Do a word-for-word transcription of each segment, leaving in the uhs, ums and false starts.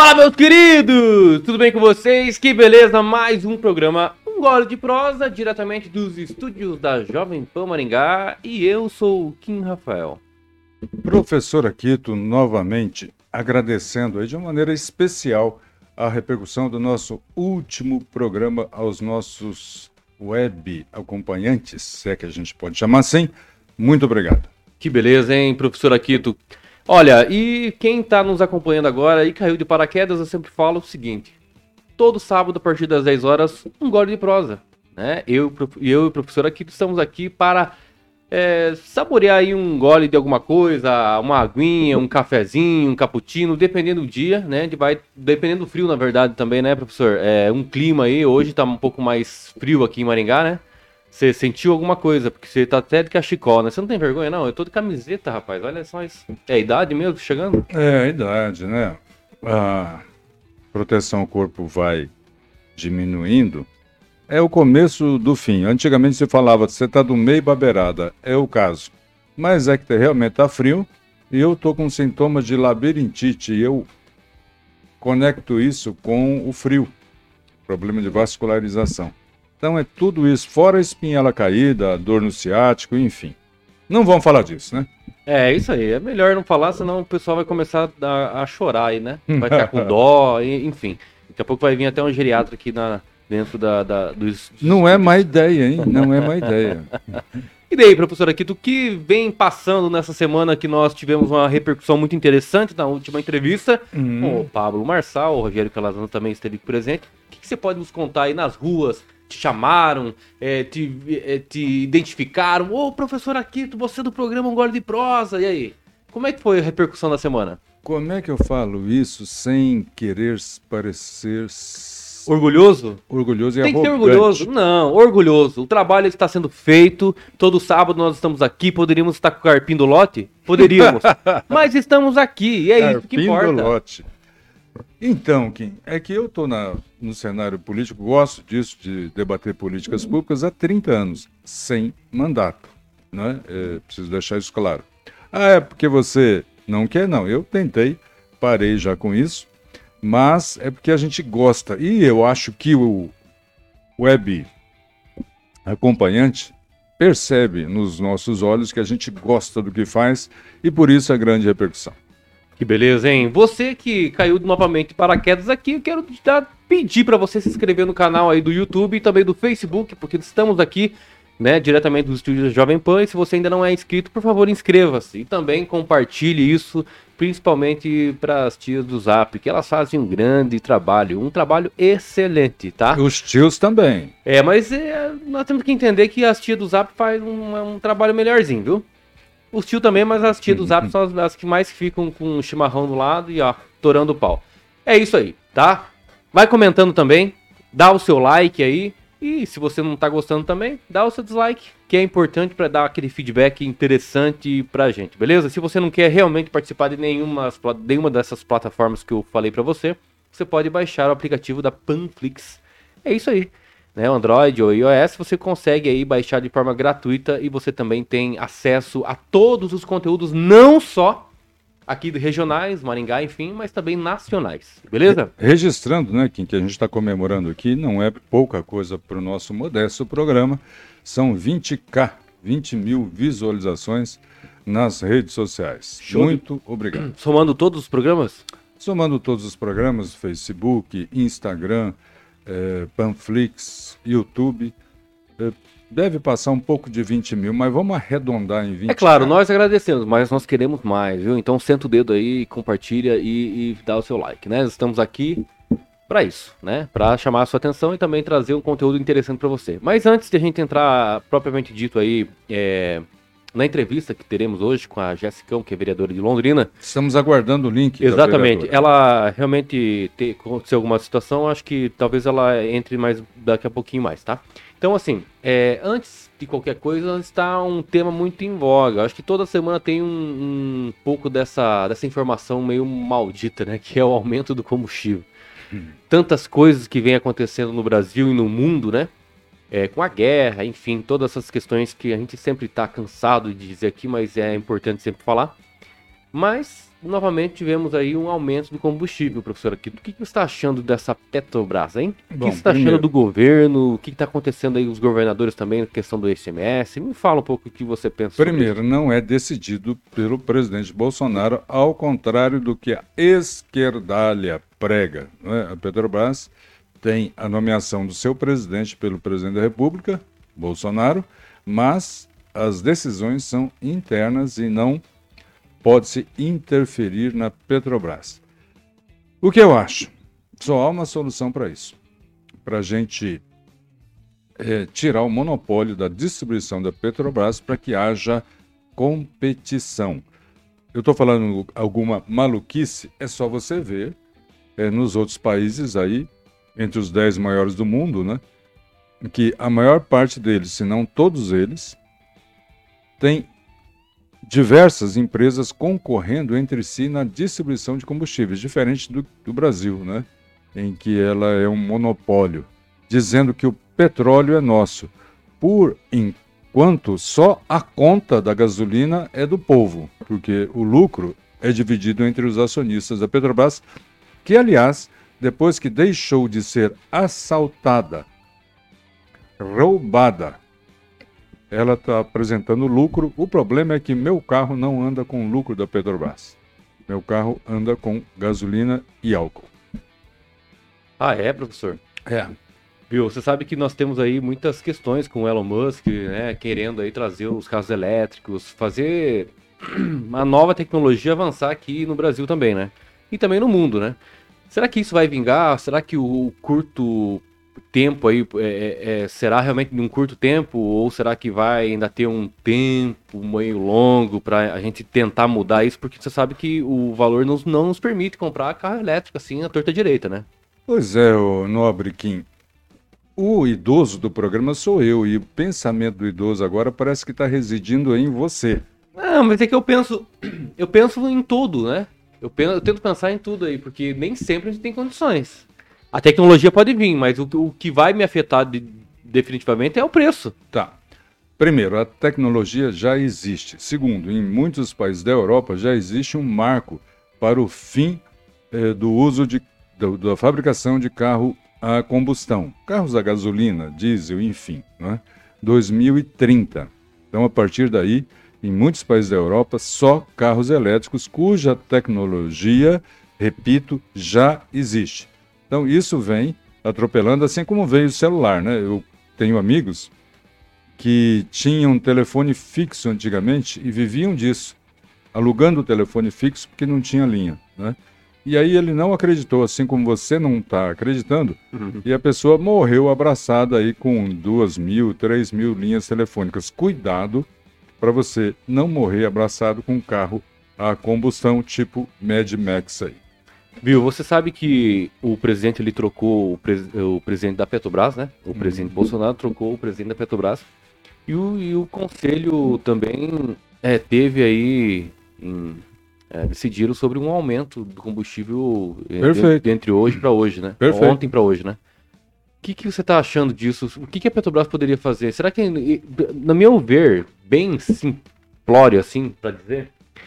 Fala, meus queridos! Tudo bem com vocês? Que beleza! Mais um programa Um Gole de Prosa, diretamente dos estúdios da Jovem Pan Maringá. E eu sou o Kim Rafael. Professor Akito, novamente, agradecendo aí de uma maneira especial a repercussão do nosso último programa aos nossos web acompanhantes, se é que a gente pode chamar assim. Muito obrigado. Que beleza, hein, professor Akito? Olha, e quem está nos acompanhando agora e caiu de paraquedas, eu sempre falo o seguinte: todo sábado, a partir das dez horas, um gole de prosa, né? Eu, eu e o professor Akito estamos aqui para é, saborear aí um gole de alguma coisa, uma aguinha, um cafezinho, um cappuccino, dependendo do dia, né? De vai, dependendo do frio, na verdade, também, né, professor? É, um clima aí, hoje está um pouco mais frio aqui em Maringá, né? Você sentiu alguma coisa, porque você tá até de cachecol, né? Você não tem vergonha, não? Eu tô de camiseta, rapaz, olha só isso. É a idade mesmo chegando? É a idade, né? A proteção ao corpo vai diminuindo. É o começo do fim. Antigamente se falava, você tá do meio da beirada. É o caso. Mas é que realmente tá frio e eu tô com sintomas de labirintite e eu conecto isso com o frio. Problema de vascularização. Então é tudo isso, fora a espinhela caída, dor no ciático, enfim. Não vamos falar disso, né? É, isso aí. É melhor não falar, senão o pessoal vai começar a, a chorar aí, né? Vai ficar com dó, e, enfim. Daqui a pouco vai vir até um geriatra aqui na, dentro da, da, dos... Não é má ideia, hein? Não é má ideia. E daí, professor Akito, o que vem passando nessa semana que nós tivemos uma repercussão muito interessante na última entrevista hum. com o Pablo Marçal, o Rogério Calazans também esteve presente. O que, que você pode nos contar aí nas ruas? Te chamaram, é, te, é, te identificaram. Ô, professor Akito, você do programa Um Gole de Prosa. E aí? Como é que foi a repercussão da semana? Como é que eu falo isso sem querer parecer... Orgulhoso? Orgulhoso e Tem arrogante. que ser orgulhoso. Não, orgulhoso. O trabalho está sendo feito. Todo sábado nós estamos aqui. Poderíamos estar com o carpim do lote? Poderíamos. Mas estamos aqui. E é carpim isso que importa. Do lote. Então, Kim, é que eu estou no cenário político, gosto disso, de debater políticas públicas há trinta anos, sem mandato, né? É, preciso deixar isso claro. Ah, é porque você não quer? Não, eu tentei, parei já com isso, mas é porque a gente gosta. E eu acho que o web acompanhante percebe nos nossos olhos que a gente gosta do que faz e por isso a grande repercussão. Que beleza, hein? Você que caiu novamente de paraquedas aqui, eu quero te dar, pedir para você se inscrever no canal aí do YouTube e também do Facebook, porque estamos aqui, né, diretamente dos estúdios da Jovem Pan, e se você ainda não é inscrito, por favor, inscreva-se. E também compartilhe isso, principalmente para as tias do Zap, que elas fazem um grande trabalho, um trabalho excelente, tá? Os tios também. É, mas é, nós temos que entender que as tias do Zap fazem um, um trabalho melhorzinho, viu? Os tios também, mas as tias do Zap são as, as que mais ficam com o chimarrão do lado e ó, torando o pau. É isso aí, tá? Vai comentando também, dá o seu like aí. E se você não tá gostando também, dá o seu dislike, que é importante para dar aquele feedback interessante pra gente, beleza? Se você não quer realmente participar de nenhuma, nenhuma dessas plataformas que eu falei pra você, você pode baixar o aplicativo da Panflix. É isso aí. Né, Android ou iOS, você consegue aí baixar de forma gratuita e você também tem acesso a todos os conteúdos, não só aqui regionais, Maringá, enfim, mas também nacionais, beleza? Registrando, né, Kim, que a gente está comemorando aqui, não é pouca coisa para o nosso modesto programa, são vinte mil, vinte mil visualizações nas redes sociais. Show. Muito de... obrigado. Somando todos os programas? Somando todos os programas, Facebook, Instagram, É, Panflix, YouTube, é, deve passar um pouco de vinte mil, mas vamos arredondar em vinte. É claro, nós agradecemos, mas nós queremos mais, viu? Então senta o dedo aí, compartilha e, e dá o seu like, né? Estamos aqui para isso, né? Para chamar a sua atenção e também trazer um conteúdo interessante para você. Mas antes de a gente entrar propriamente dito aí é, na entrevista que teremos hoje com a Jessicão, que é vereadora de Londrina. Estamos aguardando o link. Exatamente. Ela realmente te, aconteceu alguma situação, acho que talvez ela entre mais daqui a pouquinho mais, tá? Então, assim, é, antes de qualquer coisa, está um tema muito em voga. Acho que toda semana tem um, um pouco dessa, dessa informação meio maldita, né? Que é o aumento do combustível. Hum. Tantas coisas que vem acontecendo no Brasil e no mundo, né? É, com a guerra, enfim, todas essas questões que a gente sempre está cansado de dizer aqui, mas é importante sempre falar. Mas novamente tivemos aí um aumento do combustível, professor. Aqui. O que, que você está achando dessa Petrobras, hein? O que, Bom, que você está primeiro... achando do governo? O que está acontecendo aí, os governadores também, na questão do I C M S? Me fala um pouco o que você pensa sobre Primeiro, não é decidido pelo presidente Bolsonaro, ao contrário do que a esquerdalha prega. Não é? A Petrobras tem a nomeação do seu presidente pelo presidente da República, Bolsonaro, mas as decisões são internas e não pode-se interferir na Petrobras. O que eu acho? Só há uma solução para isso. Para a gente é, tirar o monopólio da distribuição da Petrobras para que haja competição. Eu estou falando alguma maluquice, é só você ver é, nos outros países aí, entre os dez maiores do mundo, né, que a maior parte deles, se não todos eles, tem diversas empresas concorrendo entre si na distribuição de combustíveis, diferente do, do Brasil, né, em que ela é um monopólio, dizendo que o petróleo é nosso, por enquanto só a conta da gasolina é do povo, porque o lucro é dividido entre os acionistas da Petrobras, que, aliás, depois que deixou de ser assaltada, roubada, ela está apresentando lucro. O problema é que meu carro não anda com o lucro da Petrobras. Meu carro anda com gasolina e álcool. Ah, é, professor? É. Viu, você sabe que nós temos aí muitas questões com o Elon Musk, né, querendo aí trazer os carros elétricos, fazer uma nova tecnologia avançar aqui no Brasil também, né? E também no mundo, né? Será que isso vai vingar? Será que o curto tempo aí é, é, será realmente de um curto tempo? Ou será que vai ainda ter um tempo meio longo para a gente tentar mudar isso? Porque você sabe que o valor nos, não nos permite comprar carro elétrico assim, à torta direita, né? Pois é, ô nobre Kim. O idoso do programa sou eu, e o pensamento do idoso agora parece que está residindo em você. Não, mas é que eu penso, eu penso em tudo, né? Eu, penso, eu tento pensar em tudo aí, porque nem sempre a gente tem condições. A tecnologia pode vir, mas o, o que vai me afetar de, definitivamente é o preço. Tá. Primeiro, a tecnologia já existe. Segundo, em muitos países da Europa já existe um marco para o fim eh, do uso de, do, da fabricação de carro a combustão. Carros a gasolina, diesel, enfim, né? dois mil e trinta. Então, a partir daí, em muitos países da Europa, só carros elétricos cuja tecnologia, repito, já existe. Então, isso vem atropelando, assim como veio o celular, né? Eu tenho amigos que tinham um telefone fixo antigamente e viviam disso, alugando o telefone fixo porque não tinha linha, né? E aí ele não acreditou, assim como você não está acreditando, uhum. E a pessoa morreu abraçada aí com duas mil, três mil linhas telefônicas. Cuidado para você não morrer abraçado com um carro a combustão tipo Mad Max aí. Viu, você sabe que o presidente ele trocou o, pres o presidente da Petrobras, né? O presidente uhum. Bolsonaro trocou o presidente da Petrobras. E o, e o conselho também é, teve aí, em, é, decidiram sobre um aumento do combustível entre, entre hoje para hoje, né? Perfeito. Ontem para hoje, né? O que, que você está achando disso? O que, que a Petrobras poderia fazer? Será que, no meu ver, bem simplório assim, para dizer,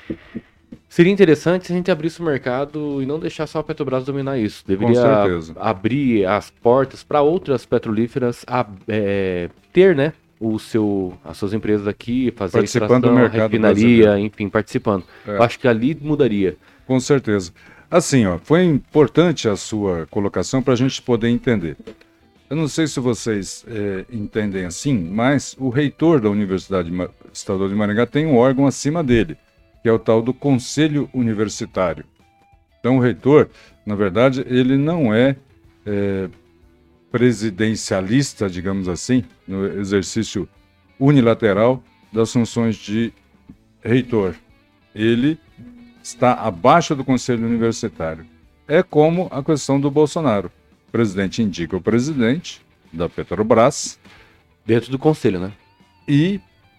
seria interessante se a gente abrisse o mercado e não deixar só a Petrobras dominar isso. Deveria abrir as portas para outras petrolíferas a, é, ter, né, o seu, as suas empresas aqui, fazer a extração, do mercado refinaria, brasileiro. Enfim, participando. É. Eu acho que ali mudaria. Com certeza. Assim, ó, foi importante a sua colocação para a gente poder entender. Eu não sei se vocês é, entendem assim, mas o reitor da Universidade Estadual de Maringá tem um órgão acima dele, que é o tal do Conselho Universitário. Então, o reitor, na verdade, ele não é, é presidencialista, digamos assim, no exercício unilateral das funções de reitor. Ele está abaixo do Conselho Universitário. É como a questão do Bolsonaro. O presidente indica o presidente da Petrobras. Dentro do conselho, né? E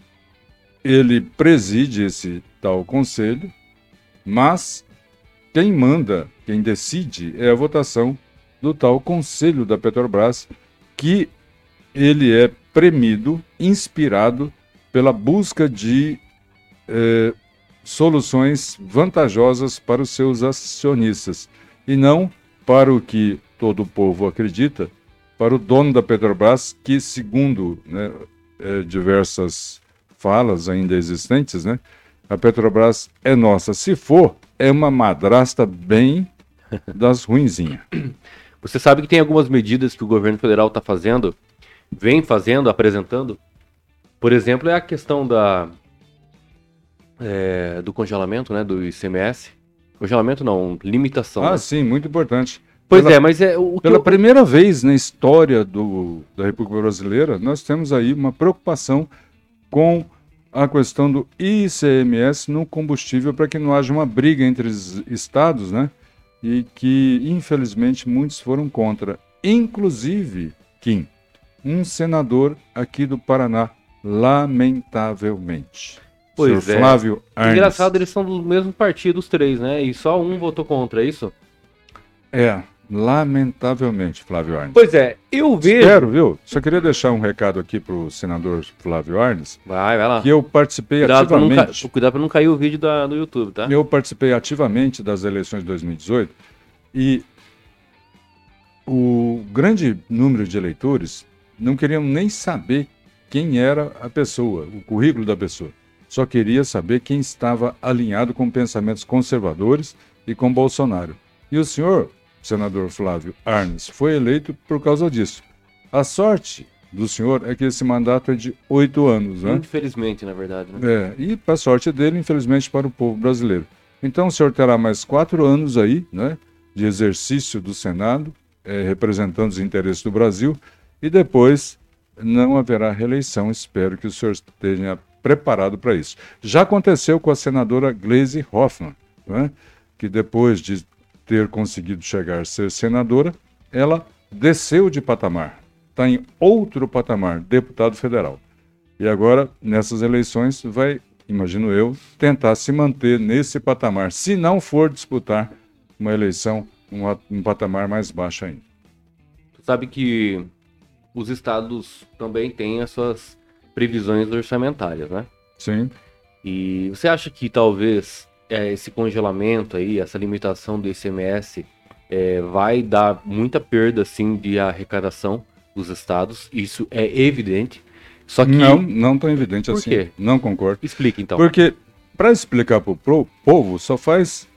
ele preside esse tal conselho, mas quem manda, quem decide é a votação do tal conselho da Petrobras, que ele é premido, inspirado pela busca de eh, soluções vantajosas para os seus acionistas e não para o que todo o povo acredita, para o dono da Petrobras, que segundo, né, é, diversas falas ainda existentes, né, a Petrobras é nossa. Se for, é uma madrasta bem das ruinzinhas. Você sabe que tem algumas medidas que o governo federal está fazendo, vem fazendo, apresentando. Por exemplo, é a questão da, é, do congelamento, né, do I C M S. Congelamento não, limitação. Ah, né? sim, muito importante. Pois pela, é, mas é... O pela eu... primeira vez na história do, da República Brasileira, nós temos aí uma preocupação com a questão do I C M S no combustível para que não haja uma briga entre os estados, né? E que, infelizmente, muitos foram contra. Inclusive, Kim, um senador aqui do Paraná, lamentavelmente. Pois senhor é. Flávio Arnes. Engraçado, eles são do mesmo partido, os três, né? E só um votou contra, é isso? É, lamentavelmente, Flávio Arnes. Pois é, eu vejo... Espero, viu? Só queria deixar um recado aqui para o senador Flávio Arnes, Vai, vai lá. que eu participei Cuidado pra, não ativamente... ca... Cuidado pra não cair o vídeo da, no YouTube, tá? Eu participei ativamente das eleições de dois mil e dezoito e o grande número de eleitores não queriam nem saber quem era a pessoa, o currículo da pessoa. Só queria saber quem estava alinhado com pensamentos conservadores e com Bolsonaro. E o senhor, senador Flávio Arnes, foi eleito por causa disso. A sorte do senhor é que esse mandato é de oito anos, né? Infelizmente, na verdade. Né? É, e para a sorte dele, infelizmente, para o povo brasileiro. Então o senhor terá mais quatro anos aí, né, de exercício do Senado, é, representando os interesses do Brasil, e depois não haverá reeleição. Espero que o senhor esteja preparado para isso. Já aconteceu com a senadora Gleisi Hoffmann, né, que depois de ter conseguido chegar a ser senadora, ela desceu de patamar. Está em outro patamar, deputado federal. E agora, nessas eleições, vai, imagino eu, tentar se manter nesse patamar, se não for disputar uma eleição, um, um patamar mais baixo ainda. Tu sabe que os estados também têm as suas previsões orçamentárias, né? Sim. E você acha que talvez é, esse congelamento aí, essa limitação do I C M S, é, vai dar muita perda, assim, de arrecadação dos estados? Isso é evidente. Só que... Não, não tão evidente Por assim. quê? Não concordo. Explica, então. Porque, para explicar para o povo, só faz...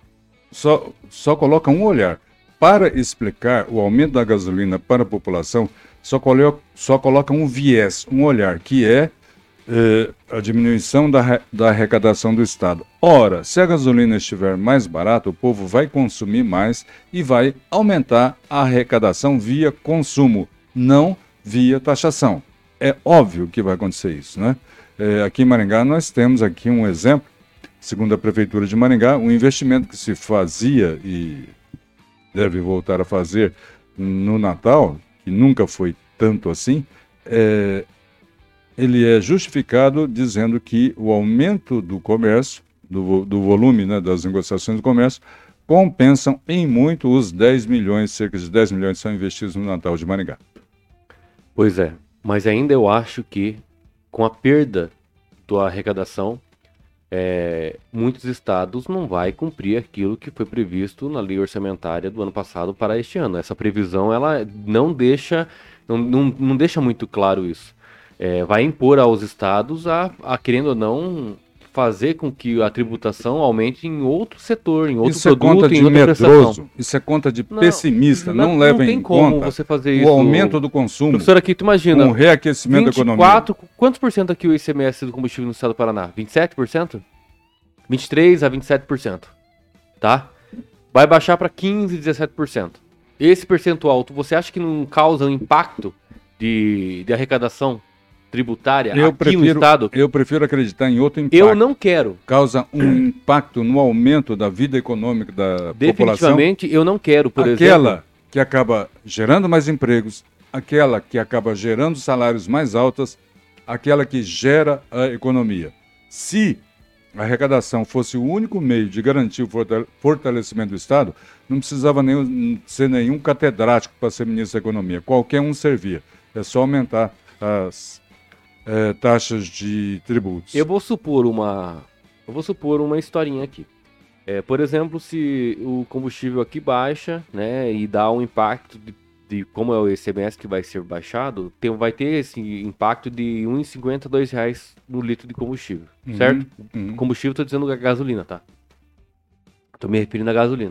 Só, só coloca um olhar. Para explicar o aumento da gasolina para a população, só coloca, só coloca um viés, um olhar, que é eh, a diminuição da, da arrecadação do Estado. Ora, se a gasolina estiver mais barata, o povo vai consumir mais e vai aumentar a arrecadação via consumo, não via taxação. É óbvio que vai acontecer isso, né? É, aqui em Maringá nós temos aqui um exemplo, segundo a Prefeitura de Maringá, um investimento que se fazia e deve voltar a fazer no Natal, que nunca foi tanto assim, é, ele é justificado dizendo que o aumento do comércio, do, do volume, né, das negociações do comércio, compensam em muito os dez milhões, cerca de dez milhões que são investidos no Natal de Maringá. Pois é, mas ainda eu acho que com a perda da arrecadação, é, muitos estados não vai cumprir aquilo que foi previsto na lei orçamentária do ano passado para este ano. Essa previsão ela não deixa, não, não, não deixa muito claro isso. É, vai impor aos estados a, a, querendo ou não, fazer com que a tributação aumente em outro setor, em outro isso produto, é conta de em outra medroso, prestação. Isso é conta de Não, pessimista, não, não leva não tem em como conta você fazer o isso. aumento do consumo, Professor, aqui tu imagina, com o reaquecimento vinte e quatro, da economia. quantos por cento aqui o I C M S do combustível no estado do Paraná? vinte e sete por cento? vinte e três a vinte e sete por cento, tá? Vai baixar para quinze, dezessete por cento. Esse percentual, você acha que não causa um impacto de, de arrecadação tributária Eu aqui prefiro, no estado? eu prefiro acreditar em outro impacto. Eu não quero. Causa um impacto no aumento da vida econômica da população. Definitivamente eu não quero, por aquela exemplo. que acaba gerando mais empregos, aquela que acaba gerando salários mais altos, aquela que gera a economia. Se a arrecadação fosse o único meio de garantir o fortalecimento do Estado, não precisava nenhum, ser nenhum catedrático para ser ministro da Economia. Qualquer um servia. É só aumentar as é, taxas de tributos. Eu vou supor uma, eu vou supor uma historinha aqui. É, por exemplo, se o combustível aqui baixa, né, e dá um impacto de, de como é o I C M S que vai ser baixado, tem, vai ter esse impacto de um real e cinquenta, dois reais no litro de combustível, Uhum, certo? uhum. Combustível, tô dizendo a gasolina, tá? Tô me referindo à gasolina.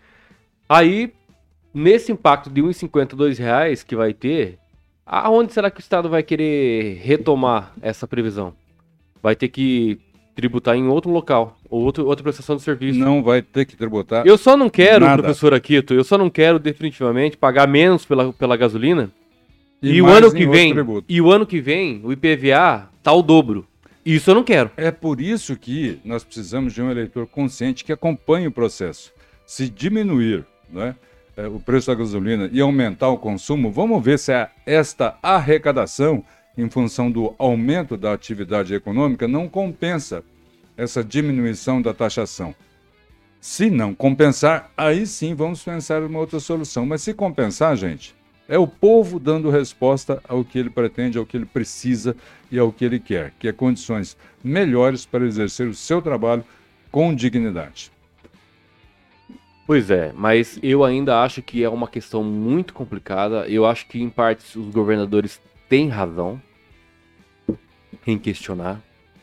Aí, nesse impacto de um real e cinquenta, dois reais que vai ter, aonde será que o Estado vai querer retomar essa previsão? Vai ter que tributar em outro local, ou outro, outra prestação de serviço. Não vai ter que tributar. Eu só não quero, nada. professor Aquito, eu só não quero definitivamente pagar menos pela, pela gasolina. E, E, o mais ano em que outro vem, tributo. e o ano que vem, o I P V A tá o dobro. Isso eu não quero. É por isso que nós precisamos de um eleitor consciente que acompanhe o processo. Se diminuir, né, é, o preço da gasolina e aumentar o consumo, vamos ver se a, esta arrecadação, em função do aumento da atividade econômica, não compensa essa diminuição da taxação. Se não compensar, aí sim vamos pensar em uma outra solução. Mas se compensar, gente, é o povo dando resposta ao que ele pretende, ao que ele precisa e ao que ele quer, que é condições melhores para exercer o seu trabalho com dignidade. Pois é, mas eu ainda acho que é uma questão muito complicada. Eu acho que, em parte, os governadores têm razão em questionar.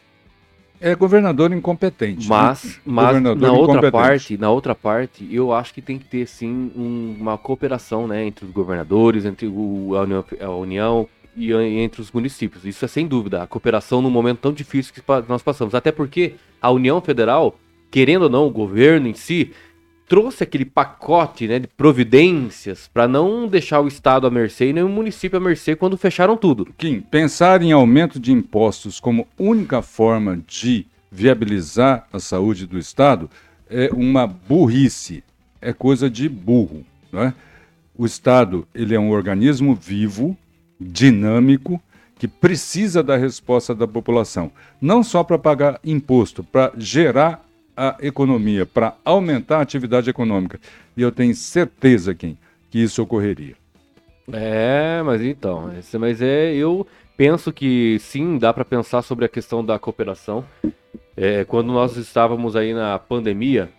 É governador incompetente. Mas, né? mas governador na outra incompetente. parte, na outra parte, eu acho que tem que ter sim um- uma cooperação, né, entre os governadores, entre o- a União, a União e a- entre os municípios. Isso é sem dúvida, a cooperação num momento tão difícil que pa- nós passamos. Até porque a União Federal, querendo ou não, o governo em si, trouxe aquele pacote, né, de providências para não deixar o Estado à mercê e nem o município à mercê quando fecharam tudo. Kim, pensar em aumento de impostos como única forma de viabilizar a saúde do Estado é uma burrice, é coisa de burro, né? O Estado, ele é um organismo vivo, dinâmico, que precisa da resposta da população, não só para pagar imposto, para gerar a economia, para aumentar a atividade econômica. E eu tenho certeza, Kim, que isso ocorreria. É, mas então, esse- mas é, eu penso que sim, dá para pensar sobre a questão da cooperação. É, quando nós estávamos aí na pandemia,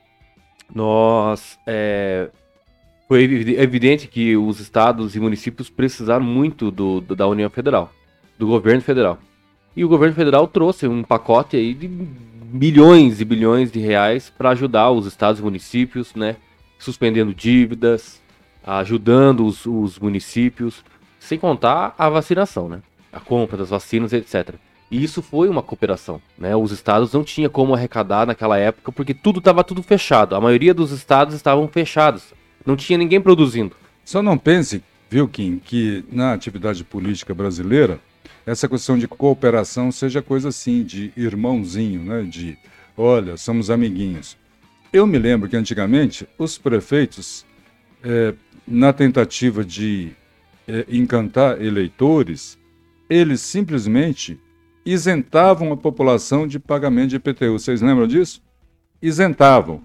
nós é, foi evi- evidente que os estados e municípios precisaram muito do, do- da União Federal, do governo federal. E o governo federal trouxe um pacote aí de bilhões e bilhões de reais para ajudar os estados e municípios, né, suspendendo dívidas, ajudando os, os municípios, sem contar a vacinação, né? A compra das vacinas, etcétera. E isso foi uma cooperação, né? Os estados não tinham como arrecadar naquela época porque tudo estava tudo fechado. A maioria dos estados estavam fechados. Não tinha ninguém produzindo. Só não pense, viu, Kim, que na atividade política brasileira, essa questão de cooperação seja coisa assim, de irmãozinho, né? De, olha, somos amiguinhos. Eu me lembro que antigamente os prefeitos, é, na tentativa de é, encantar eleitores, eles simplesmente isentavam a população de pagamento de I P T U. Vocês lembram disso? Isentavam.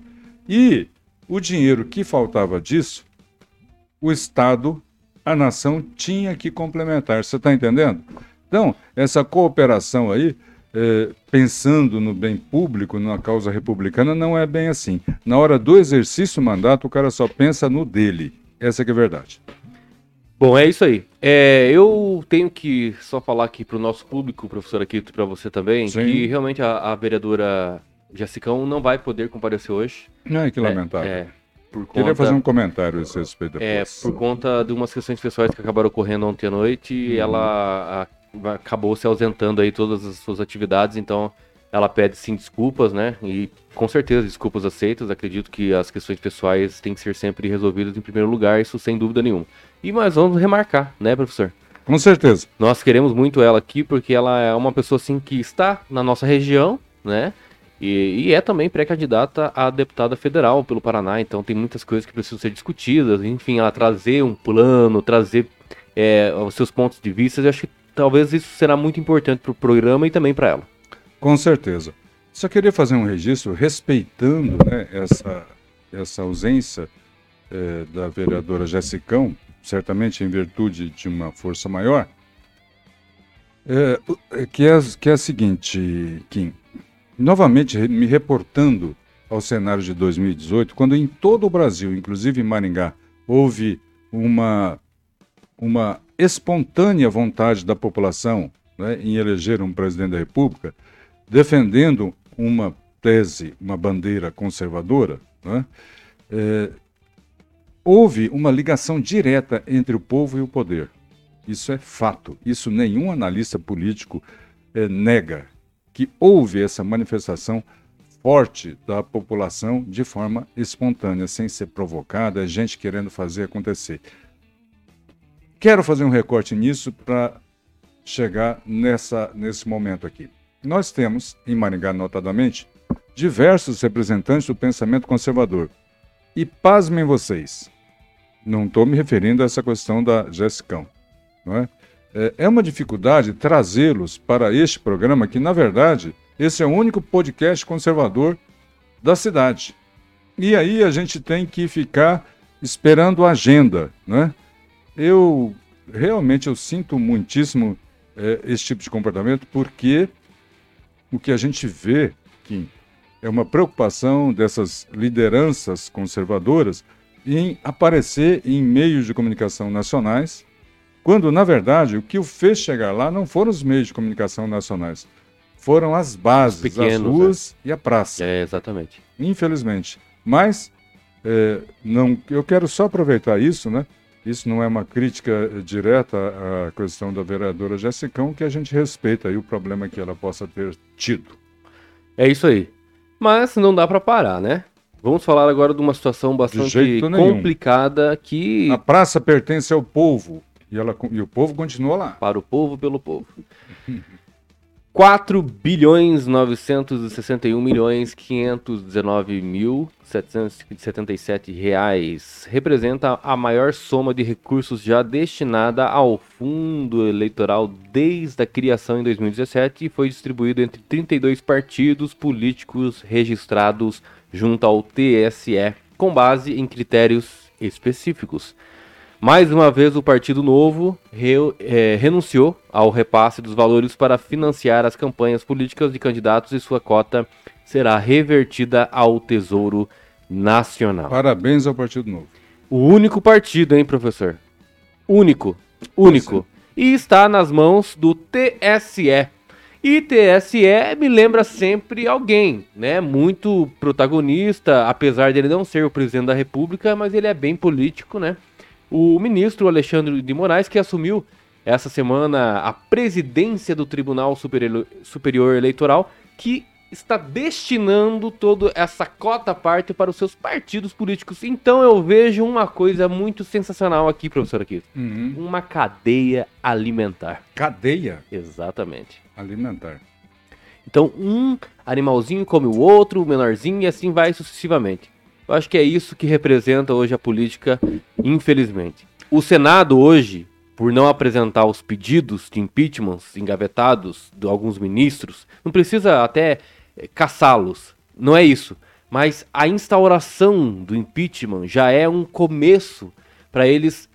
E o dinheiro que faltava disso, o Estado, a nação, tinha que complementar. Você está entendendo? Então, essa cooperação aí, é, pensando no bem público, na causa republicana, não é bem assim. Na hora do exercício do mandato, o cara só pensa no dele. Essa que é a verdade. Bom, é isso aí. É, eu tenho que só falar aqui para o nosso público, professor Aquito, para você também, Sim. que realmente a, a vereadora Jessicão não vai poder comparecer hoje. Ai, que lamentável. É, por Queria conta, fazer um comentário a esse respeito é, depois. por conta de umas questões pessoais que acabaram ocorrendo ontem à noite, Uhum. ela a- vai- acabou se ausentando aí todas as suas atividades, então ela pede sim desculpas, né? E com certeza desculpas aceitas. Acredito que as questões pessoais têm que ser sempre resolvidas em primeiro lugar, isso sem dúvida nenhuma. E mas vamos remarcar, né, professor? Com certeza. Nós queremos muito ela aqui porque ela é uma pessoa assim que está na nossa região, né? E, e é também pré-candidata a deputada federal pelo Paraná, então tem muitas coisas que precisam ser discutidas. Enfim, ela trazer um plano, trazer é, os seus pontos de vista, eu acho que talvez isso será muito importante para o programa e também para ela. Com certeza. Só queria fazer um registro respeitando, né, essa, essa ausência eh, da vereadora Jessicão, certamente em virtude de uma força maior, é, que, é, que é a seguinte, Kim. novamente me reportando ao cenário de dois mil e dezoito, quando em todo o Brasil, inclusive em Maringá, houve uma, uma espontânea vontade da população, né, em eleger um presidente da República, defendendo uma tese, uma bandeira conservadora, né, é, houve uma ligação direta entre o povo e o poder. Isso é fato. Isso nenhum analista político é, nega, que houve essa manifestação forte da população de forma espontânea, sem ser provocada, gente querendo fazer acontecer. Quero fazer um recorte nisso para chegar nessa, nesse momento aqui. Nós temos, em Maringá notadamente, diversos representantes do pensamento conservador. E pasmem vocês, não estou me referindo a essa questão da Jessicão, não é? É uma dificuldade trazê-los para este programa, que, na verdade, esse é o único podcast conservador da cidade. E aí a gente tem que ficar esperando a agenda, né? Eu, realmente, eu sinto muitíssimo é, esse tipo de comportamento, porque o que a gente vê, Kim, é uma preocupação dessas lideranças conservadoras em aparecer em meios de comunicação nacionais, quando, na verdade, o que o fez chegar lá não foram os meios de comunicação nacionais, foram as bases, pequenos, as ruas é. e a praça. É, exatamente. Infelizmente. Mas, é, não, eu quero só aproveitar isso, né? Isso não é uma crítica direta à questão da vereadora Jessicão, que a gente respeita aí o problema que ela possa ter tido. É isso aí. Mas não dá para parar, né? Vamos falar agora de uma situação bastante complicada que... A praça pertence ao povo. E, ela, e o povo continua lá. Para o povo, pelo povo. quatro bilhões novecentos e sessenta e um milhões quinhentos e dezenove mil setecentos e setenta e sete reais. Representa a maior soma de recursos já destinada ao fundo eleitoral desde a criação em dois mil e dezessete e foi distribuído entre trinta e dois partidos políticos registrados junto ao T S E, com base em critérios específicos. Mais uma vez, o Partido Novo re, é, renunciou ao repasse dos valores para financiar as campanhas políticas de candidatos e sua cota será revertida ao Tesouro Nacional. Parabéns ao Partido Novo. O único partido, hein, professor? Único. Único. E está nas mãos do T S E. E T S E me lembra sempre alguém, né? Muito protagonista, apesar de ele não ser o presidente da República, mas ele é bem político, né? O ministro Alexandre de Moraes, que assumiu essa semana a presidência do Tribunal Superior Eleitoral, que está destinando toda essa cota à parte para os seus partidos políticos. Então eu vejo uma coisa muito sensacional aqui, professor Aquito. Uhum. Uma cadeia alimentar. Cadeia? Exatamente. Alimentar. Então um animalzinho come o outro, o menorzinho, e assim vai sucessivamente. Eu acho que é isso que representa hoje a política, infelizmente. O Senado hoje, por não apresentar os pedidos de impeachment engavetados de alguns ministros, não precisa até é, caçá-los, não é isso. Mas a instauração do impeachment já é um começo para eles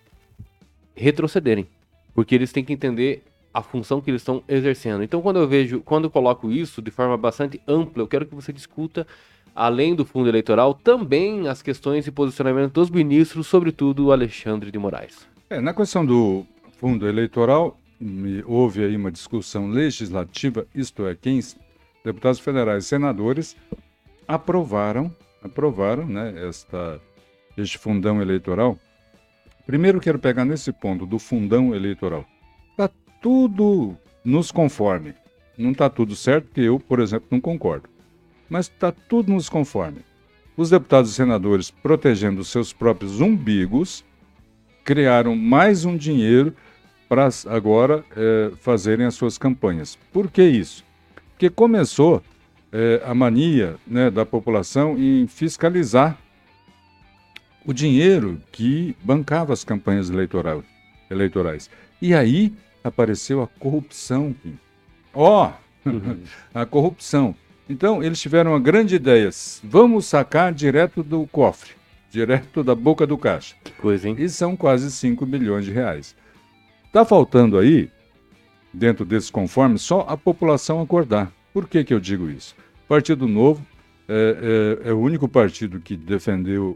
retrocederem, porque eles têm que entender a função que eles estão exercendo. Então, quando eu vejo, quando eu coloco isso de forma bastante ampla, eu quero que você discuta, além do fundo eleitoral, também as questões e posicionamento dos ministros, sobretudo o Alexandre de Moraes. É, na questão do fundo eleitoral, houve aí uma discussão legislativa, isto é, quem deputados federais e senadores aprovaram, aprovaram, né, esta, este fundão eleitoral. Primeiro quero pegar nesse ponto do fundão eleitoral. Está tudo nos conforme. Não está tudo certo, porque eu, por exemplo, não concordo. Mas está tudo nos conforme. Os deputados e senadores, protegendo seus próprios umbigos, criaram mais um dinheiro para agora é, fazerem as suas campanhas. Por que isso? Porque começou é, a mania, né, da população em fiscalizar o dinheiro que bancava as campanhas eleitoral, eleitorais. E aí apareceu a corrupção. Ó, oh, uhum. A corrupção. Então, eles tiveram uma grande ideia. Vamos sacar direto do cofre, direto da boca do caixa. Que coisa, hein? E são quase cinco bilhões de reais. Está faltando aí, dentro desse conforme, só a população acordar. Por que que eu digo isso? Partido Novo é, é, é o único partido que defendeu,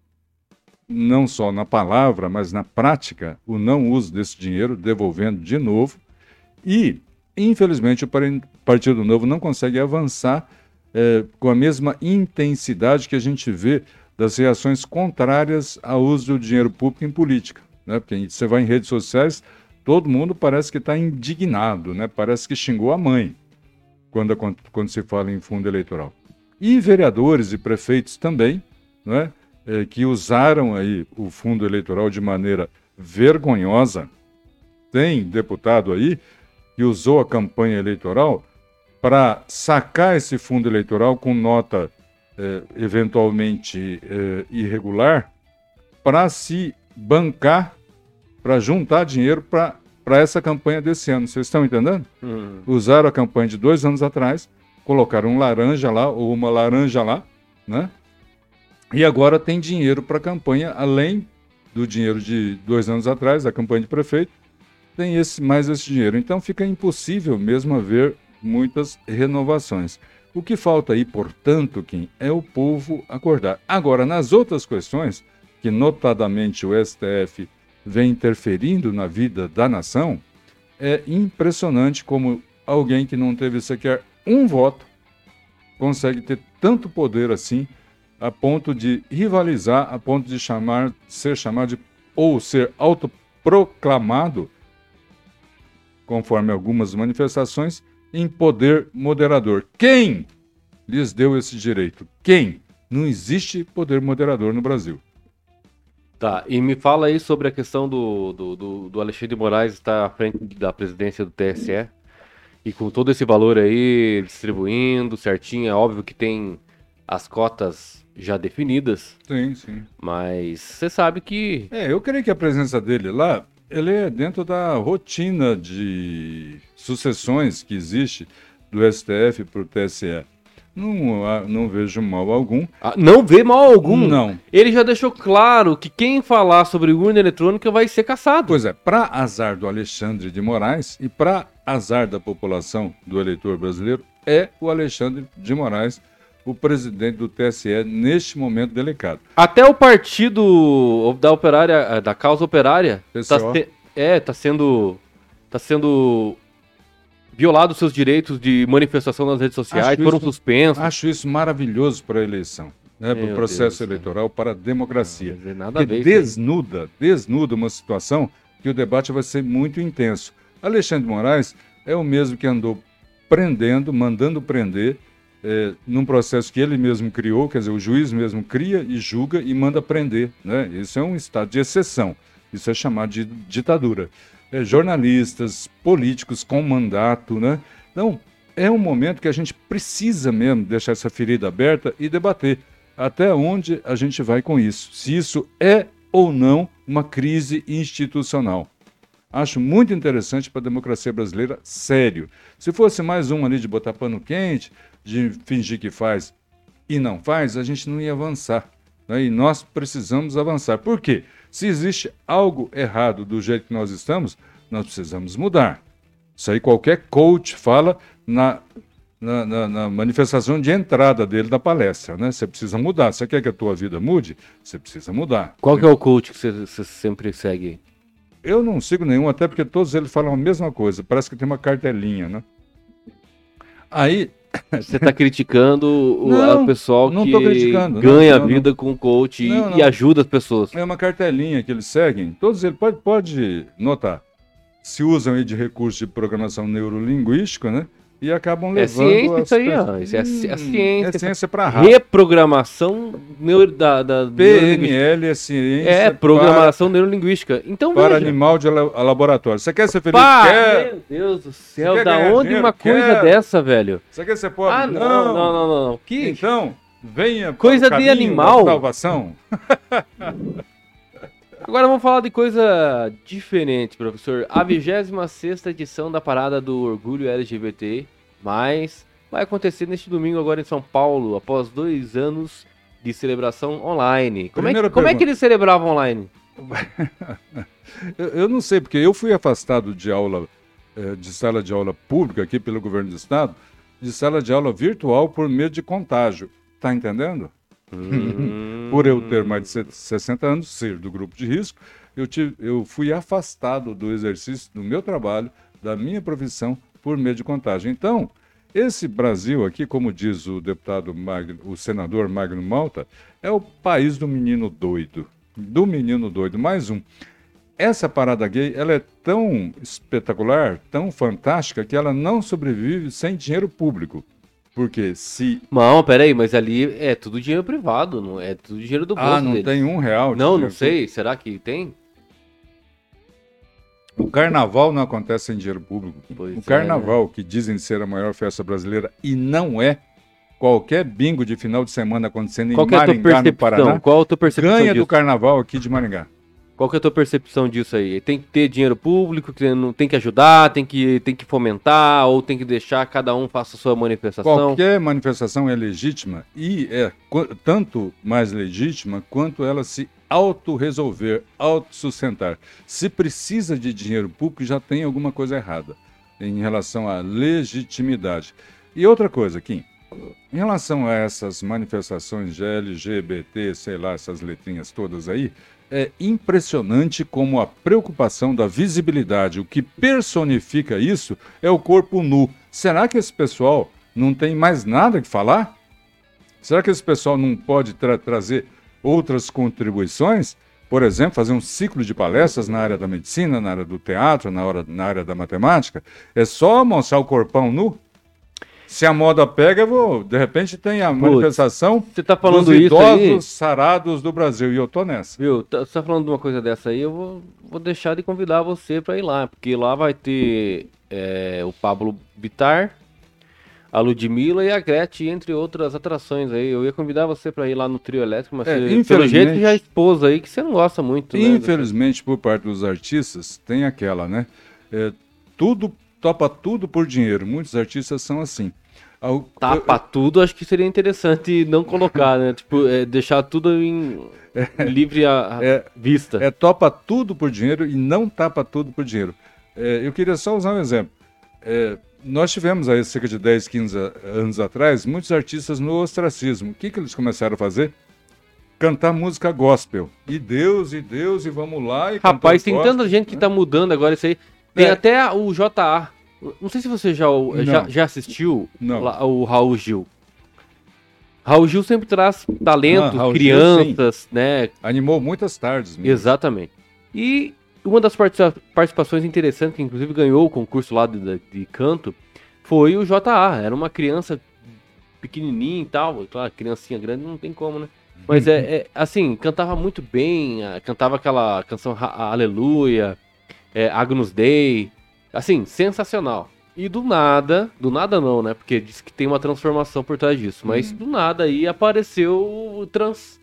não só na palavra, mas na prática, o não uso desse dinheiro, devolvendo de novo. E, infelizmente, o Partido Novo não consegue avançar é, com a mesma intensidade que a gente vê das reações contrárias ao uso do dinheiro público em política. Né? Porque você vai em redes sociais, todo mundo parece que está indignado, né? Parece que xingou a mãe quando, quando se fala em fundo eleitoral. E vereadores e prefeitos também, né? É, que usaram aí o fundo eleitoral de maneira vergonhosa. Tem deputado aí que usou a campanha eleitoral para sacar esse fundo eleitoral com nota é, eventualmente é, irregular para se bancar, para juntar dinheiro para essa campanha desse ano. Vocês estão entendendo? Uhum. Usaram a campanha de dois anos atrás, colocaram um laranja lá ou uma laranja lá, né? E agora tem dinheiro para a campanha, além do dinheiro de dois anos atrás, da campanha de prefeito, tem esse, mais esse dinheiro. Então fica impossível mesmo haver muitas renovações. O que falta aí, portanto, Kim, é o povo acordar. Agora, nas outras questões, que notadamente o S T F vem interferindo na vida da nação, é impressionante como alguém que não teve sequer um voto consegue ter tanto poder assim, a ponto de rivalizar, a ponto de chamar, ser chamado de, ou ser autoproclamado, conforme algumas manifestações, em poder moderador. Quem lhes deu esse direito? Quem? Não existe poder moderador no Brasil. Tá, e me fala aí sobre a questão do, do, do, do Alexandre de Moraes estar à frente da presidência do T S E, e com todo esse valor aí, distribuindo certinho, é óbvio que tem as cotas já definidas. Sim, sim. Mas você sabe que... É, eu creio que a presença dele lá, ele é dentro da rotina de sucessões que existe do S T F para o T S E. Não, não vejo mal algum. Ah, não vê mal algum? Não. Ele já deixou claro que quem falar sobre urna eletrônica vai ser caçado. Pois é, para azar do Alexandre de Moraes e para azar da população, do eleitor brasileiro, é o Alexandre de Moraes o presidente do T S E neste momento delicado. Até o partido da operária, da causa operária, está se, é, tá sendo, tá sendo violado seus direitos de manifestação nas redes sociais, acho foram isso, suspensos. Acho isso maravilhoso para a eleição, né, para o processo Deus eleitoral, Deus. Para a democracia. Não, nada a ver, desnuda, desnuda uma situação que o debate vai ser muito intenso. Alexandre de Moraes é o mesmo que andou prendendo, mandando prender, É, num processo que ele mesmo criou, quer dizer, o juiz mesmo cria e julga e manda prender, né? Isso é um estado de exceção, isso é chamado de ditadura. É, jornalistas, políticos com mandato, né? Então, é um momento que a gente precisa mesmo deixar essa ferida aberta e debater até onde a gente vai com isso, se isso é ou não uma crise institucional. Acho muito interessante para a democracia brasileira, sério. Se fosse mais um ali de botar pano quente, de fingir que faz e não faz, a gente não ia avançar. Né? E nós precisamos avançar. Por quê? Se existe algo errado do jeito que nós estamos, nós precisamos mudar. Isso aí qualquer coach fala na, na, na, na manifestação de entrada dele da palestra. Né? Você precisa mudar. Você quer que a tua vida mude? Você precisa mudar. Qual que é o coach que você, você sempre segue? Eu não sigo nenhum, até porque todos eles falam a mesma coisa. Parece que tem uma cartelinha, né? Aí... Você está criticando o não, pessoal que ganha não, não, vida não. com coach e, e ajuda as pessoas. É uma cartelinha que eles seguem. Todos eles, pode, pode notar, se usam aí de recursos de programação neurolinguística, né? E acabam levando... É ciência isso aí, ó. Isso é a, a ciência. É ciência para rato. Reprogramação neuro, da, da P N L é ciência É, programação para, neurolinguística. Então, para veja. Animal de laboratório. Você quer ser feliz? Pá, quer? Meu Deus do céu, da onde dinheiro? Uma coisa quer? Dessa, velho? Você quer ser pobre? Ah, não, não, não, não. não. Que? Então, venha coisa de animal. Salvação. Agora vamos falar de coisa diferente, professor. A vigésima sexta edição da Parada do Orgulho L G B T, mas vai acontecer neste domingo agora em São Paulo, após dois anos de celebração online. Como, é que, como é que eles celebravam online? eu, eu não sei, porque eu fui afastado de aula, de sala de aula pública aqui pelo governo do estado, de sala de aula virtual por medo de contágio. Tá entendendo? Hum. Por eu ter mais de sessenta anos, ser do grupo de risco, eu, tive, eu fui afastado do exercício do meu trabalho, da minha profissão, por medo de contágio. Então, esse Brasil aqui, como diz o deputado Magno, o senador Magno Malta, é o país do menino doido. Do menino doido. Mais um. Essa parada gay, ela é tão espetacular, tão fantástica, que ela não sobrevive sem dinheiro público. Porque se... Não, peraí, mas ali é tudo dinheiro privado, não é tudo dinheiro do bolso Ah, não deles. tem um real. de Não, não dinheiro sei. público. Será que tem? O carnaval não acontece sem dinheiro público. Pois o é, carnaval, que dizem ser a maior festa brasileira, e não é, qualquer bingo de final de semana acontecendo Qual em que é a tua Maringá, no percepção? Paraná, Qual a tua percepção ganha disso? do carnaval aqui de Maringá. Qual que é a tua percepção disso aí? Tem que ter dinheiro público, que não tem que ajudar, tem que, tem que fomentar, ou tem que deixar cada um faça a sua manifestação? Qualquer manifestação é legítima e é qu- tanto mais legítima quanto ela se autorresolver, autossustentar. Se precisa de dinheiro público, já tem alguma coisa errada em relação à legitimidade. E outra coisa, Kim, em relação a essas manifestações de L G B T, sei lá, essas letrinhas todas aí, é impressionante como a preocupação da visibilidade, o que personifica isso é o corpo nu. Será que esse pessoal não tem mais nada que falar? Será que esse pessoal não pode tra- trazer outras contribuições? Por exemplo, fazer um ciclo de palestras na área da medicina, na área do teatro, na, hora, na área da matemática? É só mostrar o corpão nu? Se a moda pega, eu vou, de repente tem a Putz, manifestação Você tá falando dos isso idosos aí, sarados do Brasil, e eu tô nessa. viu? Tá- Você tá falando de uma coisa dessa aí, eu vou, vou deixar de convidar você pra ir lá, porque lá vai ter é, o Pablo Vittar, a Ludmilla e a Gretchen, entre outras atrações aí. Eu ia convidar você pra ir lá no trio elétrico, mas É, você, pelo infelizmente- jeito já expôs aí que você não gosta muito, né? Infelizmente, por parte dos artistas, tem aquela, né? É, tudo, topa tudo por dinheiro. Muitos artistas são assim. Ao- Tapa tudo, acho que seria interessante não colocar, né? Tipo, é, deixar tudo em livre a, a É, vista. É, topa tudo por dinheiro e não tapa tudo por dinheiro. É, eu queria só usar um exemplo. É, nós tivemos aí cerca de dez, quinze a- anos atrás muitos artistas no ostracismo. O que, que eles começaram a fazer? Cantar música gospel. E Deus, e Deus, e vamos lá. E Rapaz, cantar tem gospel, tanta gente que né? tá mudando agora isso aí. Tem É. até o J A. Não sei se você já, já, Não. já assistiu Não. lá, o Raul Gil. Raul Gil sempre traz talentos, Ah, Raul Gil, crianças, né? Animou muitas tardes. mesmo. Exatamente. E uma das participa- participações interessantes, que inclusive ganhou o concurso lá de, de- de canto, foi o J A. Era uma criança pequenininha e tal. Claro, criancinha grande não tem como, né? Mas é, é, assim, cantava muito bem, ah, cantava aquela canção Ra- Aleluia, é, Agnus Dei, assim, sensacional. E do nada, do nada não, né? Porque diz que tem uma transformação por trás disso, mas do nada aí apareceu o trans.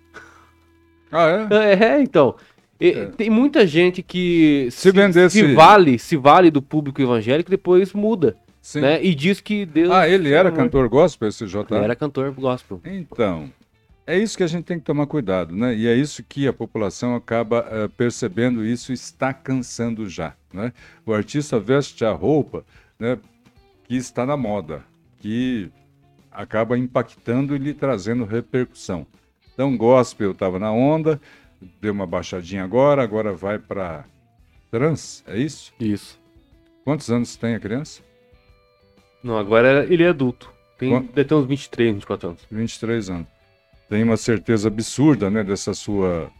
Ah, é? É, então. E- É. Tem muita gente que Se vendesse- se vale, se vale do público evangélico e depois muda, Sim. né? E diz que Deus... Ah, ele era Ele cantor gospel, esse J A? era cantor gospel. Então, é isso que a gente tem que tomar cuidado, né? E é isso que a população acaba eh, percebendo, isso está cansando já, né? O artista veste a roupa, né, que está na moda, que acaba impactando e lhe trazendo repercussão. Então, gospel estava na onda, deu uma baixadinha agora, agora vai para trans, é isso? Isso. Quantos anos tem a criança? Não, agora ele é adulto. Tem, Quanto? deve ter uns vinte e três, vinte e quatro anos. vinte e três anos. Tem uma certeza absurda, né, dessa sua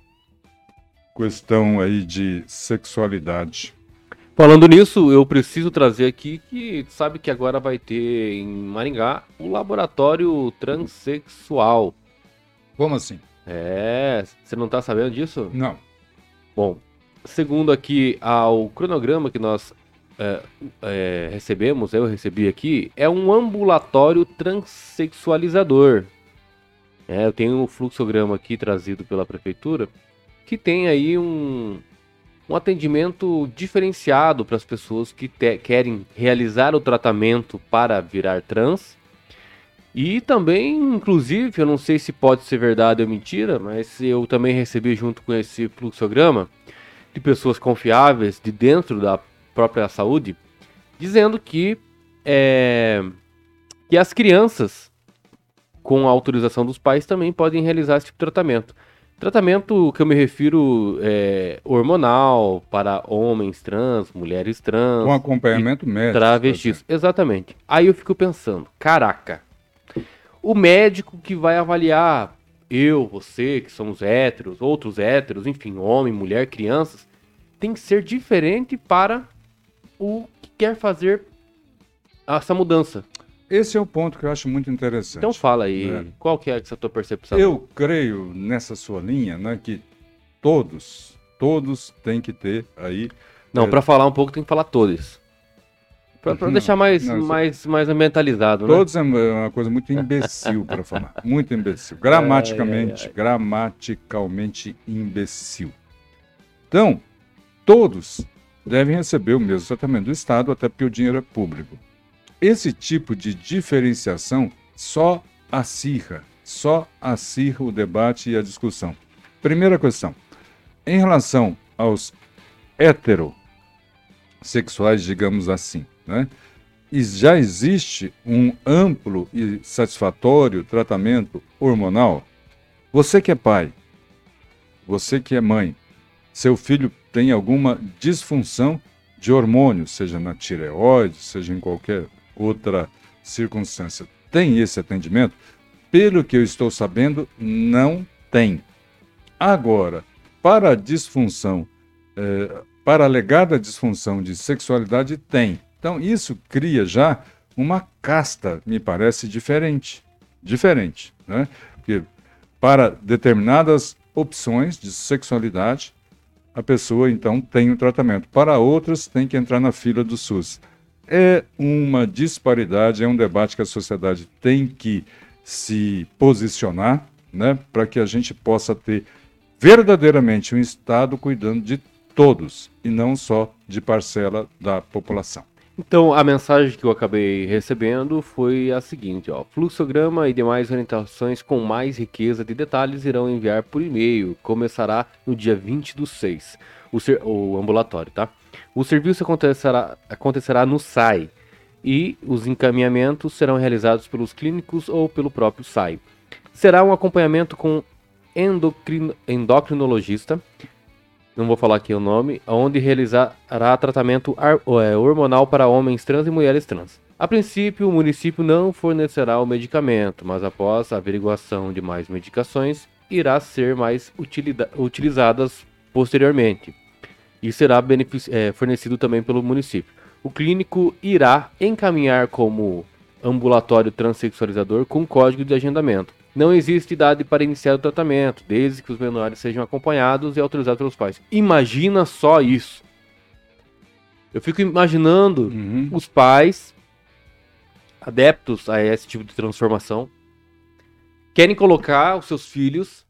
questão aí de sexualidade. Falando nisso, eu preciso trazer aqui que tu sabe que agora vai ter em Maringá o laboratório transexual. Como assim? É, você não tá sabendo disso? Não. Bom, segundo aqui ao cronograma que nós é, é, recebemos, eu recebi aqui, é um ambulatório transexualizador. É, eu tenho um fluxograma aqui trazido pela prefeitura que tem aí um, um atendimento diferenciado para as pessoas que te- querem realizar o tratamento para virar trans. E também, inclusive, eu não sei se pode ser verdade ou mentira, mas eu também recebi junto com esse fluxograma de pessoas confiáveis de dentro da própria saúde, dizendo que é, que as crianças, com a autorização dos pais, também podem realizar esse tipo de tratamento. Tratamento que eu me refiro é hormonal para homens trans, mulheres trans. Com acompanhamento médico. Travestis, exatamente. Aí eu fico pensando, caraca, o médico que vai avaliar eu, você, que somos héteros, outros héteros, enfim, homem, mulher, crianças, tem que ser diferente para o que quer fazer essa mudança. Esse é o ponto que eu acho muito interessante. Então fala aí, né? Qual que é essa tua percepção? Eu creio nessa sua linha, né, que todos, todos têm que ter aí... Não, é... para falar um pouco tem que falar todos. Pra, pra não, deixar mais, não, mais, mais ambientalizado, né? Todos é uma coisa muito imbecil para falar. Muito imbecil. Gramaticamente, ai, ai, ai. gramaticalmente imbecil. Então, todos devem receber o mesmo tratamento do Estado, até porque o dinheiro é público. Esse tipo de diferenciação só acirra, só acirra o debate e a discussão. Primeira questão, em relação aos heterossexuais, digamos assim, né? E já existe um amplo e satisfatório tratamento hormonal. Você que é pai, você que é mãe, seu filho tem alguma disfunção de hormônio, seja na tireoide, seja em qualquer outra circunstância, tem esse atendimento? Pelo que eu estou sabendo, não tem. Agora, para a disfunção, eh, para a alegada disfunção de sexualidade, tem. Então, isso cria já uma casta, me parece, diferente. Diferente, né? Porque para determinadas opções de sexualidade, a pessoa, então, tem um tratamento. Para outras, tem que entrar na fila do SUS. É uma disparidade, é um debate que a sociedade tem que se posicionar, né, para que a gente possa ter verdadeiramente um Estado cuidando de todos e não só de parcela da população. Então, a mensagem que eu acabei recebendo foi a seguinte, ó, fluxograma e demais orientações com mais riqueza de detalhes irão enviar por e-mail, começará no dia vinte do seis, o, ser, o ambulatório, tá? O serviço acontecerá, acontecerá no S A I e os encaminhamentos serão realizados pelos clínicos ou pelo próprio S A I. Será um acompanhamento com endocrin, endocrinologista, não vou falar aqui o nome, onde realizará tratamento ar, é, hormonal para homens trans e mulheres trans. A princípio, o município não fornecerá o medicamento, mas após a averiguação de mais medicações, irá ser mais utilida, utilizadas posteriormente. E será é, fornecido também pelo município. O clínico irá encaminhar como ambulatório transexualizador com código de agendamento. Não existe idade para iniciar o tratamento, desde que os menores sejam acompanhados e autorizados pelos pais. Imagina só isso. Eu fico imaginando uhum. os pais, adeptos a esse tipo de transformação, querem colocar os seus filhos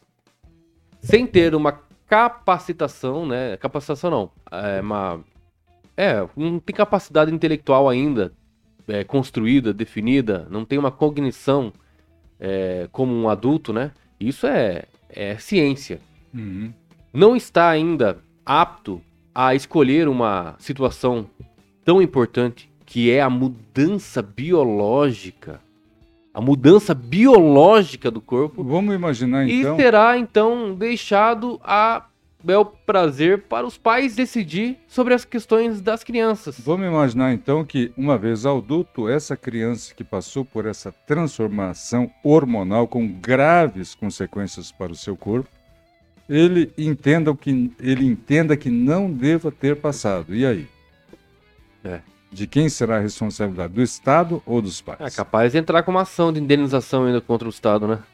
sem ter uma capacitação, né? Capacitação não. É, uma, é, não tem capacidade intelectual ainda é, construída, definida, não tem uma cognição é, como um adulto, né? Isso é, é ciência. Uhum. Não está ainda apto a escolher uma situação tão importante que é a mudança biológica. A mudança biológica do corpo. Vamos imaginar então... E será então deixado a bel prazer para os pais decidir sobre as questões das crianças. Vamos imaginar então que, uma vez adulto, essa criança que passou por essa transformação hormonal com graves consequências para o seu corpo, ele entenda que, ele entenda que não deva ter passado. E aí? É. De quem será a responsabilidade? Do Estado ou dos pais? É capaz de entrar com uma ação de indenização ainda contra o Estado, né?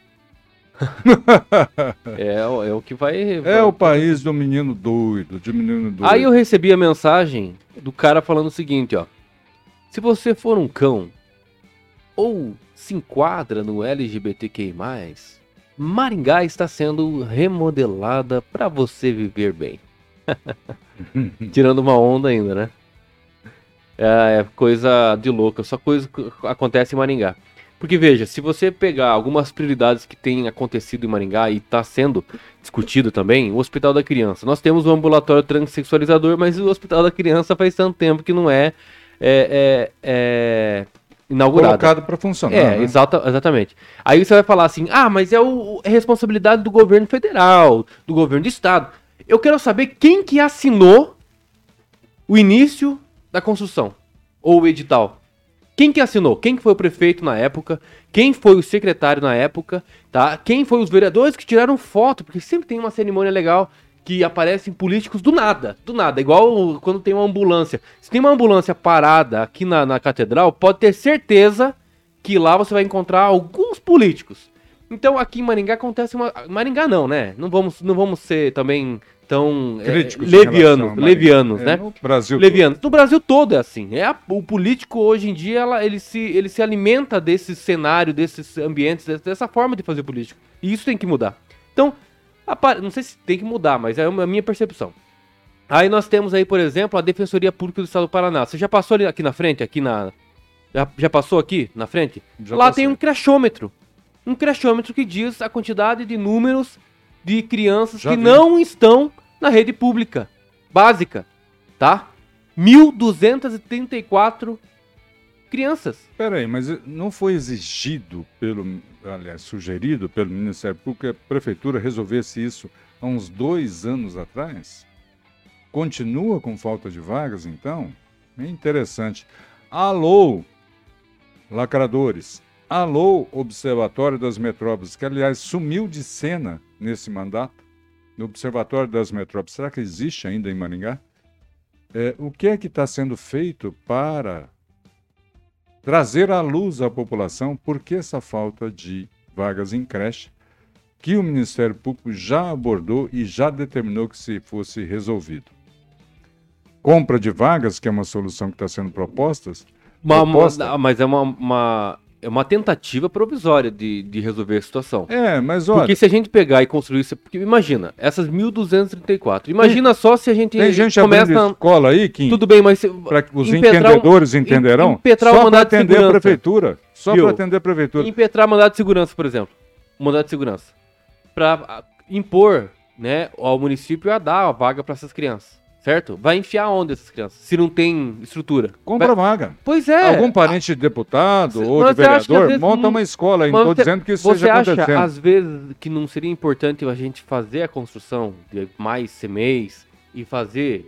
é, é o que vai... É vai... o país do menino doido, de menino doido. Aí eu recebi a mensagem do cara falando o seguinte, ó. Se você for um cão ou se enquadra no L G B T Q I mais, Maringá está sendo remodelada para você viver bem. Tirando uma onda ainda, né? É coisa de louca, só coisa que acontece em Maringá. Porque veja, se você pegar algumas prioridades que têm acontecido em Maringá e está sendo discutido também, o Hospital da Criança. Nós temos o ambulatório transexualizador, mas o Hospital da Criança faz tanto tempo que não é, é, é, é inaugurada. Colocado para funcionar. É, né? exata, exatamente. Aí você vai falar assim, ah, mas é, o, é responsabilidade do governo federal, do governo do estado. Eu quero saber quem que assinou o início da construção, ou o edital. Quem que assinou? Quem que foi o prefeito na época? Quem foi o secretário na época? Tá? Quem foi os vereadores que tiraram foto? Porque sempre tem uma cerimônia legal que aparecem políticos do nada, do nada, igual quando tem uma ambulância. Se tem uma ambulância parada aqui na, na catedral, pode ter certeza que lá você vai encontrar alguns políticos. Então aqui em Maringá acontece uma... Maringá não, né? Não vamos, não vamos ser também tão Críticos é, levianos, levianos, é, né? No Brasil levianos. No Brasil todo é assim. É a, o político hoje em dia, ela, ele, se, ele se alimenta desse cenário, desses ambientes, dessa forma de fazer política. E isso tem que mudar. Então, não sei se tem que mudar, mas é a minha percepção. Aí nós temos aí, por exemplo, a Defensoria Pública do Estado do Paraná. Você já passou ali aqui na frente, aqui na... Já, já passou aqui na frente? Já Lá passei. tem um crachômetro. Um crachômetro que diz a quantidade de números de crianças Já que vi. não estão na rede pública básica, tá? mil duzentas e trinta e quatro crianças. Peraí, mas não foi exigido pelo, aliás, sugerido pelo Ministério Público que a Prefeitura resolvesse isso há uns dois anos atrás? Continua com falta de vagas, então? É interessante. Alô, lacradores. Alô, Observatório das Metrópoles, que, aliás, sumiu de cena nesse mandato. No Observatório das Metrópoles, será que existe ainda em Maringá? É, o que é que está sendo feito para trazer à luz à população por que essa falta de vagas em creche que o Ministério Público já abordou e já determinou que se fosse resolvido? Compra de vagas, que é uma solução que está sendo proposta, Uma, proposta. uma- mas é uma, uma, é uma tentativa provisória de, de resolver a situação. É, mas olha, Porque se a gente pegar e construir isso... Porque imagina, essas mil duzentos e trinta e quatro. Imagina só se a gente tem gente começa... abrindo escola aí que Tudo bem, mas... se- para que os impetrar um- entendedores entenderão, impetrar um só para mandado de atender a segurança. prefeitura. Só Viu? para atender a prefeitura. Impetrar mandado de segurança, por exemplo. Mandado de segurança. Para impor, né, ao município a dar a vaga para essas crianças. Certo? Vai enfiar onde essas crianças? Se não tem estrutura. Compra Vai... vaga. Pois é. Algum parente de deputado Mas ou de você acha que às vereador vezes monta não- uma escola aí. Não Mas estou você- dizendo que isso Você esteja acha, acontecendo. às vezes, que não seria importante a gente fazer a construção de mais C M E Is e fazer,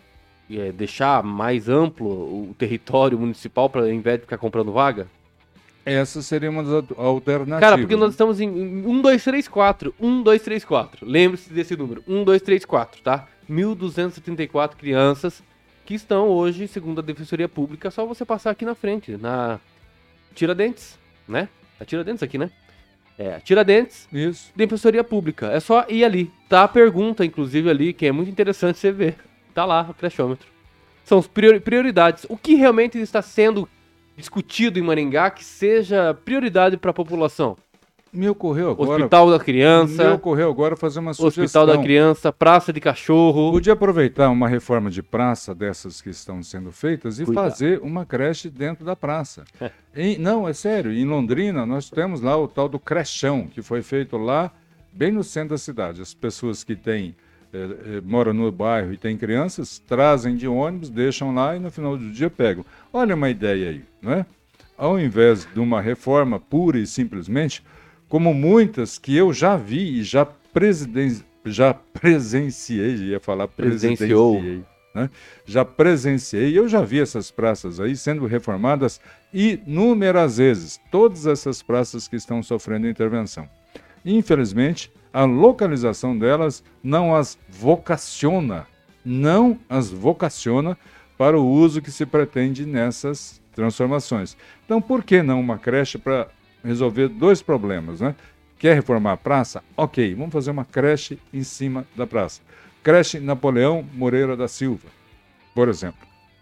é, deixar mais amplo o território municipal para, ao invés de ficar comprando vaga? Essa seria uma das alternativas. Cara, porque nós estamos em um, dois, três, quatro. um, dois, três, quatro. Lembre-se desse número. um, dois, três, quatro, tá? mil duzentas e trinta e quatro crianças que estão hoje, segundo a Defensoria Pública, só você passar aqui na frente, na Tiradentes, né? A Tiradentes aqui, né? É, Tiradentes, Isso. Defensoria Pública. É só ir ali. Tá a pergunta, inclusive, ali, que é muito interessante você ver. Tá lá o crachômetro. São as priori- prioridades. O que realmente está sendo discutido em Maringá que seja prioridade para a população? Me ocorreu agora. Hospital da Me Criança, ocorreu agora fazer uma sugestão. Hospital da Criança, Praça de Cachorro. Podia aproveitar uma reforma de praça dessas que estão sendo feitas e Cuidado. fazer uma creche dentro da praça. Em- não, é sério. Em Londrina, nós temos lá o tal do crechão, que foi feito lá, bem no centro da cidade. As pessoas que têm, eh, eh, moram no bairro e têm crianças, trazem de ônibus, deixam lá e no final do dia pegam. Olha uma ideia aí, não é? Ao invés de uma reforma pura e simplesmente, como muitas que eu já vi e já, presiden... já presenciei, ia falar Presenciou. presidenciei, né? Já presenciei, eu já vi essas praças aí sendo reformadas inúmeras vezes, todas essas praças que estão sofrendo intervenção. Infelizmente, a localização delas não as vocaciona, não as vocaciona para o uso que se pretende nessas transformações. Então, por que não uma creche para resolver dois problemas, né? Quer reformar a praça? Ok, vamos fazer uma creche em cima da praça. Creche Napoleão Moreira da Silva, por exemplo.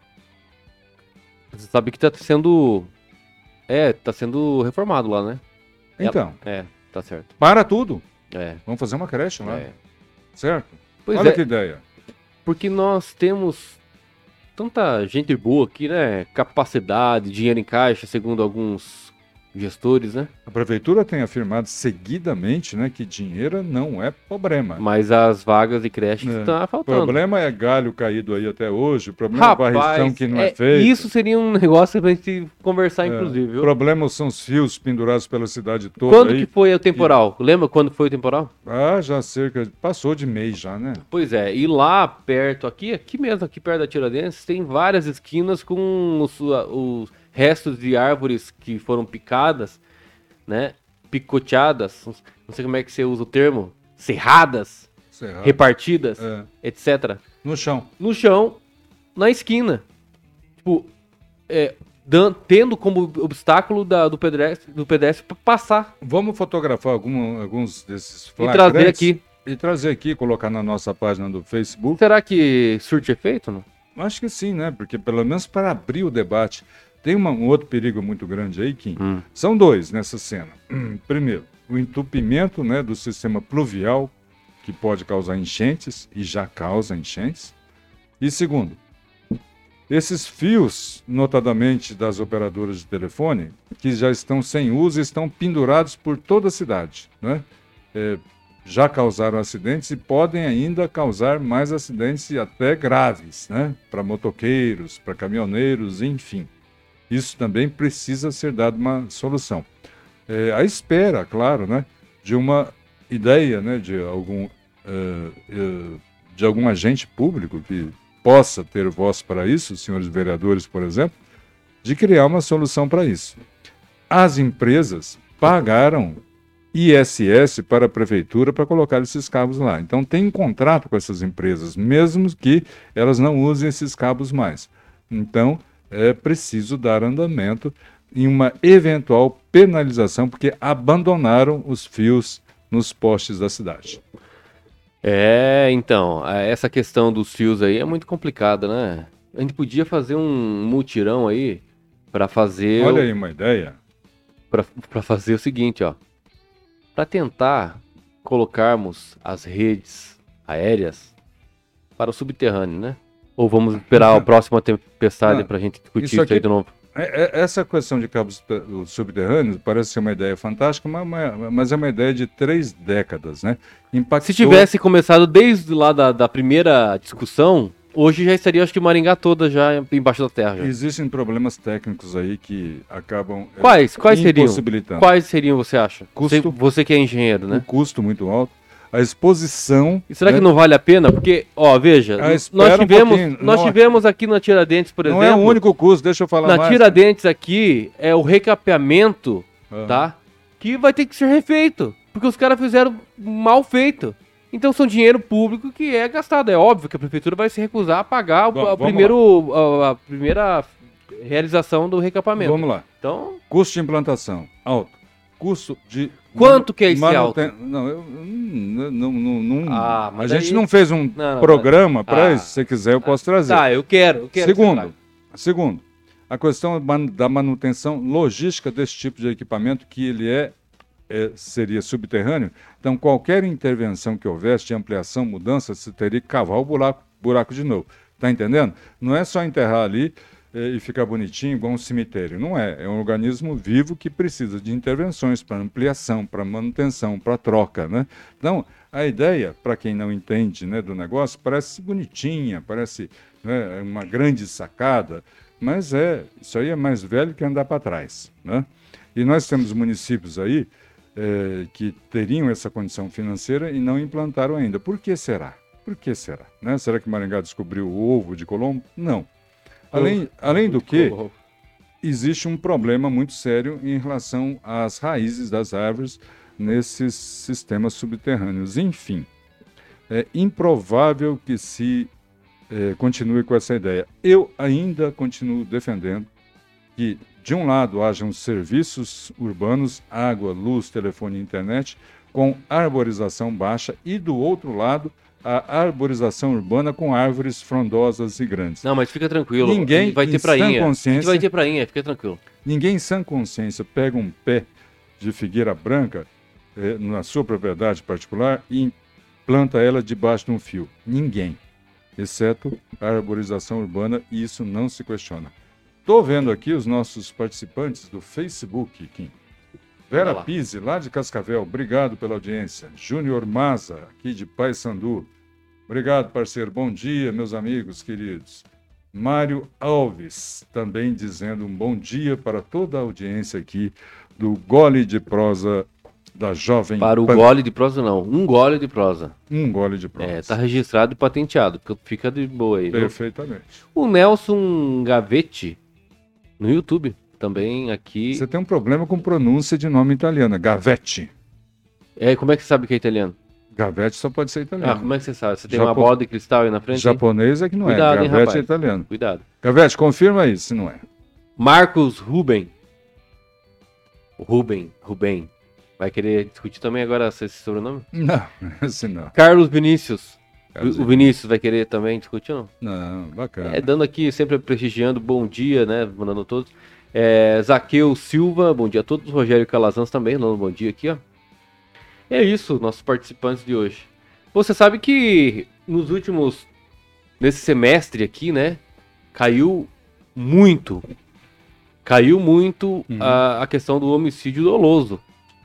Você sabe que tá sendo... É, tá sendo reformado lá, né? Então, É, tá certo. para tudo. É, Vamos fazer uma creche lá, é. certo? Pois Olha é, que ideia. porque nós temos tanta gente boa aqui, né? Capacidade, dinheiro em caixa, segundo alguns gestores, né? A prefeitura tem afirmado seguidamente, né, que dinheiro não é problema. Mas as vagas de creche É. estão O faltando. problema é galho caído aí até hoje, o problema Rapaz, é varrição que não é, é, feito. isso seria um negócio pra gente conversar, É. inclusive, viu? O problema são os fios pendurados pela cidade toda Quando aí. que foi o temporal? Lembra quando foi o temporal? Ah, já cerca, passou de mês já, né? Pois é, e lá perto, aqui, aqui mesmo, aqui perto da Tiradentes, tem várias esquinas com os, os restos de árvores que foram picadas, né? Picoteadas, não sei como é que você usa o termo, serradas, Cerrado. repartidas, É. etcétera. No chão. No chão, na esquina. Tipo, é, dan- tendo como obstáculo da- do pedestre, do pedestre pra passar Vamos fotografar algum- alguns desses e trazer flagrantes aqui. E trazer aqui, colocar na nossa página do Facebook. Será que surte efeito, não? Acho que sim, né? Porque pelo menos para abrir o debate. Tem uma- um outro perigo muito grande aí, Kim. Hum. São dois nessa cena. Primeiro, o entupimento, né, do sistema pluvial, que pode causar enchentes, e já causa enchentes. E segundo, esses fios, notadamente das operadoras de telefone, que já estão sem uso e estão pendurados por toda a cidade, né? É, já causaram acidentes e podem ainda causar mais acidentes e até graves, né? Para motoqueiros, para caminhoneiros, enfim. Isso também precisa ser dado uma solução. É, à espera, claro, né? De uma ideia, né? De algum, uh, uh, de algum agente público que possa ter voz para isso, senhores vereadores, por exemplo, de criar uma solução para isso. As empresas pagaram I S S para a prefeitura para colocar esses cabos lá. Então tem um contrato com essas empresas, mesmo que elas não usem esses cabos mais. Então é preciso dar andamento em uma eventual penalização, porque abandonaram os fios nos postes da cidade. É, então, essa questão dos fios aí é muito complicada, né? A gente podia fazer um mutirão aí para fazer... Olha o... aí uma ideia. Para fazer o seguinte, ó. Para tentar colocarmos as redes aéreas para o subterrâneo, né? Ou vamos esperar a próxima tempestade para a gente discutir isso isso, aqui- aí de novo? É- é- Essa questão de cabos pe- subterrâneos parece ser uma ideia fantástica, mas, mas- mas é uma ideia de três décadas, né? Impactou... Se tivesse começado desde lá da, da primeira discussão, hoje já estaria, acho que Maringá toda já embaixo da terra. Já. Existem problemas técnicos aí que acabam é, Quais? Quais seriam? impossibilitando. Quais seriam, você acha? Custo. Você, você que é engenheiro, Um né? custo muito alto, a exposição... E será né? que não vale a pena? Porque, ó, veja, Ah, nós espera um tivemos, pouquinho. nós Não, tivemos aqui na Tiradentes, por Não exemplo. é o único custo, deixa eu falar Na mais. Tiradentes aqui é o recapeamento, Ah. tá? Que vai ter que ser refeito, porque os caras fizeram mal feito. Então são dinheiro público que é gastado. É óbvio que a prefeitura vai se recusar a pagar o, Bom, a, vamos primeiro, a, a primeira realização do recapeamento. Vamos lá. Então, Custo de implantação, alto. Custo de... Quanto que é esse manuten- alto? Não, eu, hum, não, não, não- Ah, a mas gente aí- não fez um Não, não, programa para Ah. isso. Se você quiser, eu posso trazer. tá, eu quero. Eu quero que você Segundo, traga. segundo, a questão man- da manutenção logística desse tipo de equipamento, que ele é, é- seria subterrâneo. Então, qualquer intervenção que houvesse de ampliação, mudança, você teria que cavar o buraco, buraco de novo. Tá entendendo? Não é só enterrar ali eh, e ficar bonitinho igual um cemitério. Não é. É um organismo vivo que precisa de intervenções para ampliação, para manutenção, para troca, né? Então, a ideia, para quem não entende, né, do negócio, parece bonitinha, parece, né, uma grande sacada, mas é, isso aí é mais velho que andar para trás, né? E nós temos municípios aí eh, que teriam essa condição financeira e não implantaram ainda. Por que será? Por que será? Né? Será que Maringá descobriu o ovo de Colombo? Não. Além, além do que, existe um problema muito sério em relação às raízes das árvores nesses sistemas subterrâneos. Enfim, é improvável que se eh, continue com essa ideia. Eu ainda continuo defendendo que, de um lado, hajam serviços urbanos, água, luz, telefone e internet, com arborização baixa, e, do outro lado, a arborização urbana com árvores frondosas e grandes. Não, mas fica tranquilo. Ninguém vai ter em sã prainha. A gente consciência- vai ter prainha, fica tranquilo. Ninguém em sã consciência pega um pé de figueira branca eh, na sua propriedade particular e planta ela debaixo de um fio. Ninguém, exceto a arborização urbana, e isso não se questiona. Estou vendo aqui os nossos participantes do Facebook, Kim. Vera Pise, lá de Cascavel, obrigado pela audiência. Júnior Maza, aqui de Paysandu. Obrigado, parceiro. Bom dia, meus amigos queridos. Mário Alves, também dizendo um bom dia para toda a audiência aqui do Gole de Prosa da Jovem Para o Pan. gole de prosa, não. Um gole de prosa. Um gole de prosa. É, tá registrado e patenteado. Fica de boa aí. Viu? Perfeitamente. O Nelson Gavetti, no YouTube, também aqui. Você tem um problema com pronúncia de nome italiano, Gavetti. É, como é que você sabe que é italiano? Gavetti só pode ser italiano. Ah, como é que você sabe? Você tem Japo... uma bola de cristal aí na frente? Japonês é que não Cuidado, é. hein, Gavetti rapaz? é italiano. Cuidado. Gavetti, confirma aí se não é. Marcos Ruben. Ruben, Ruben. Vai querer discutir também agora esse sobrenome? Não, esse não. Carlos Vinícius. Carlos O Vinícius vai querer também discutir ou não? Não, bacana. É, dando aqui, sempre prestigiando, bom dia, né? Mandando a todos. É, Zaqueu Silva, bom dia a todos. Rogério Calazans também, dando um bom dia aqui, ó. É isso, nossos participantes de hoje. Você sabe que nos últimos, nesse semestre aqui, né? Caiu muito, caiu muito Uhum. a, a questão do homicídio doloso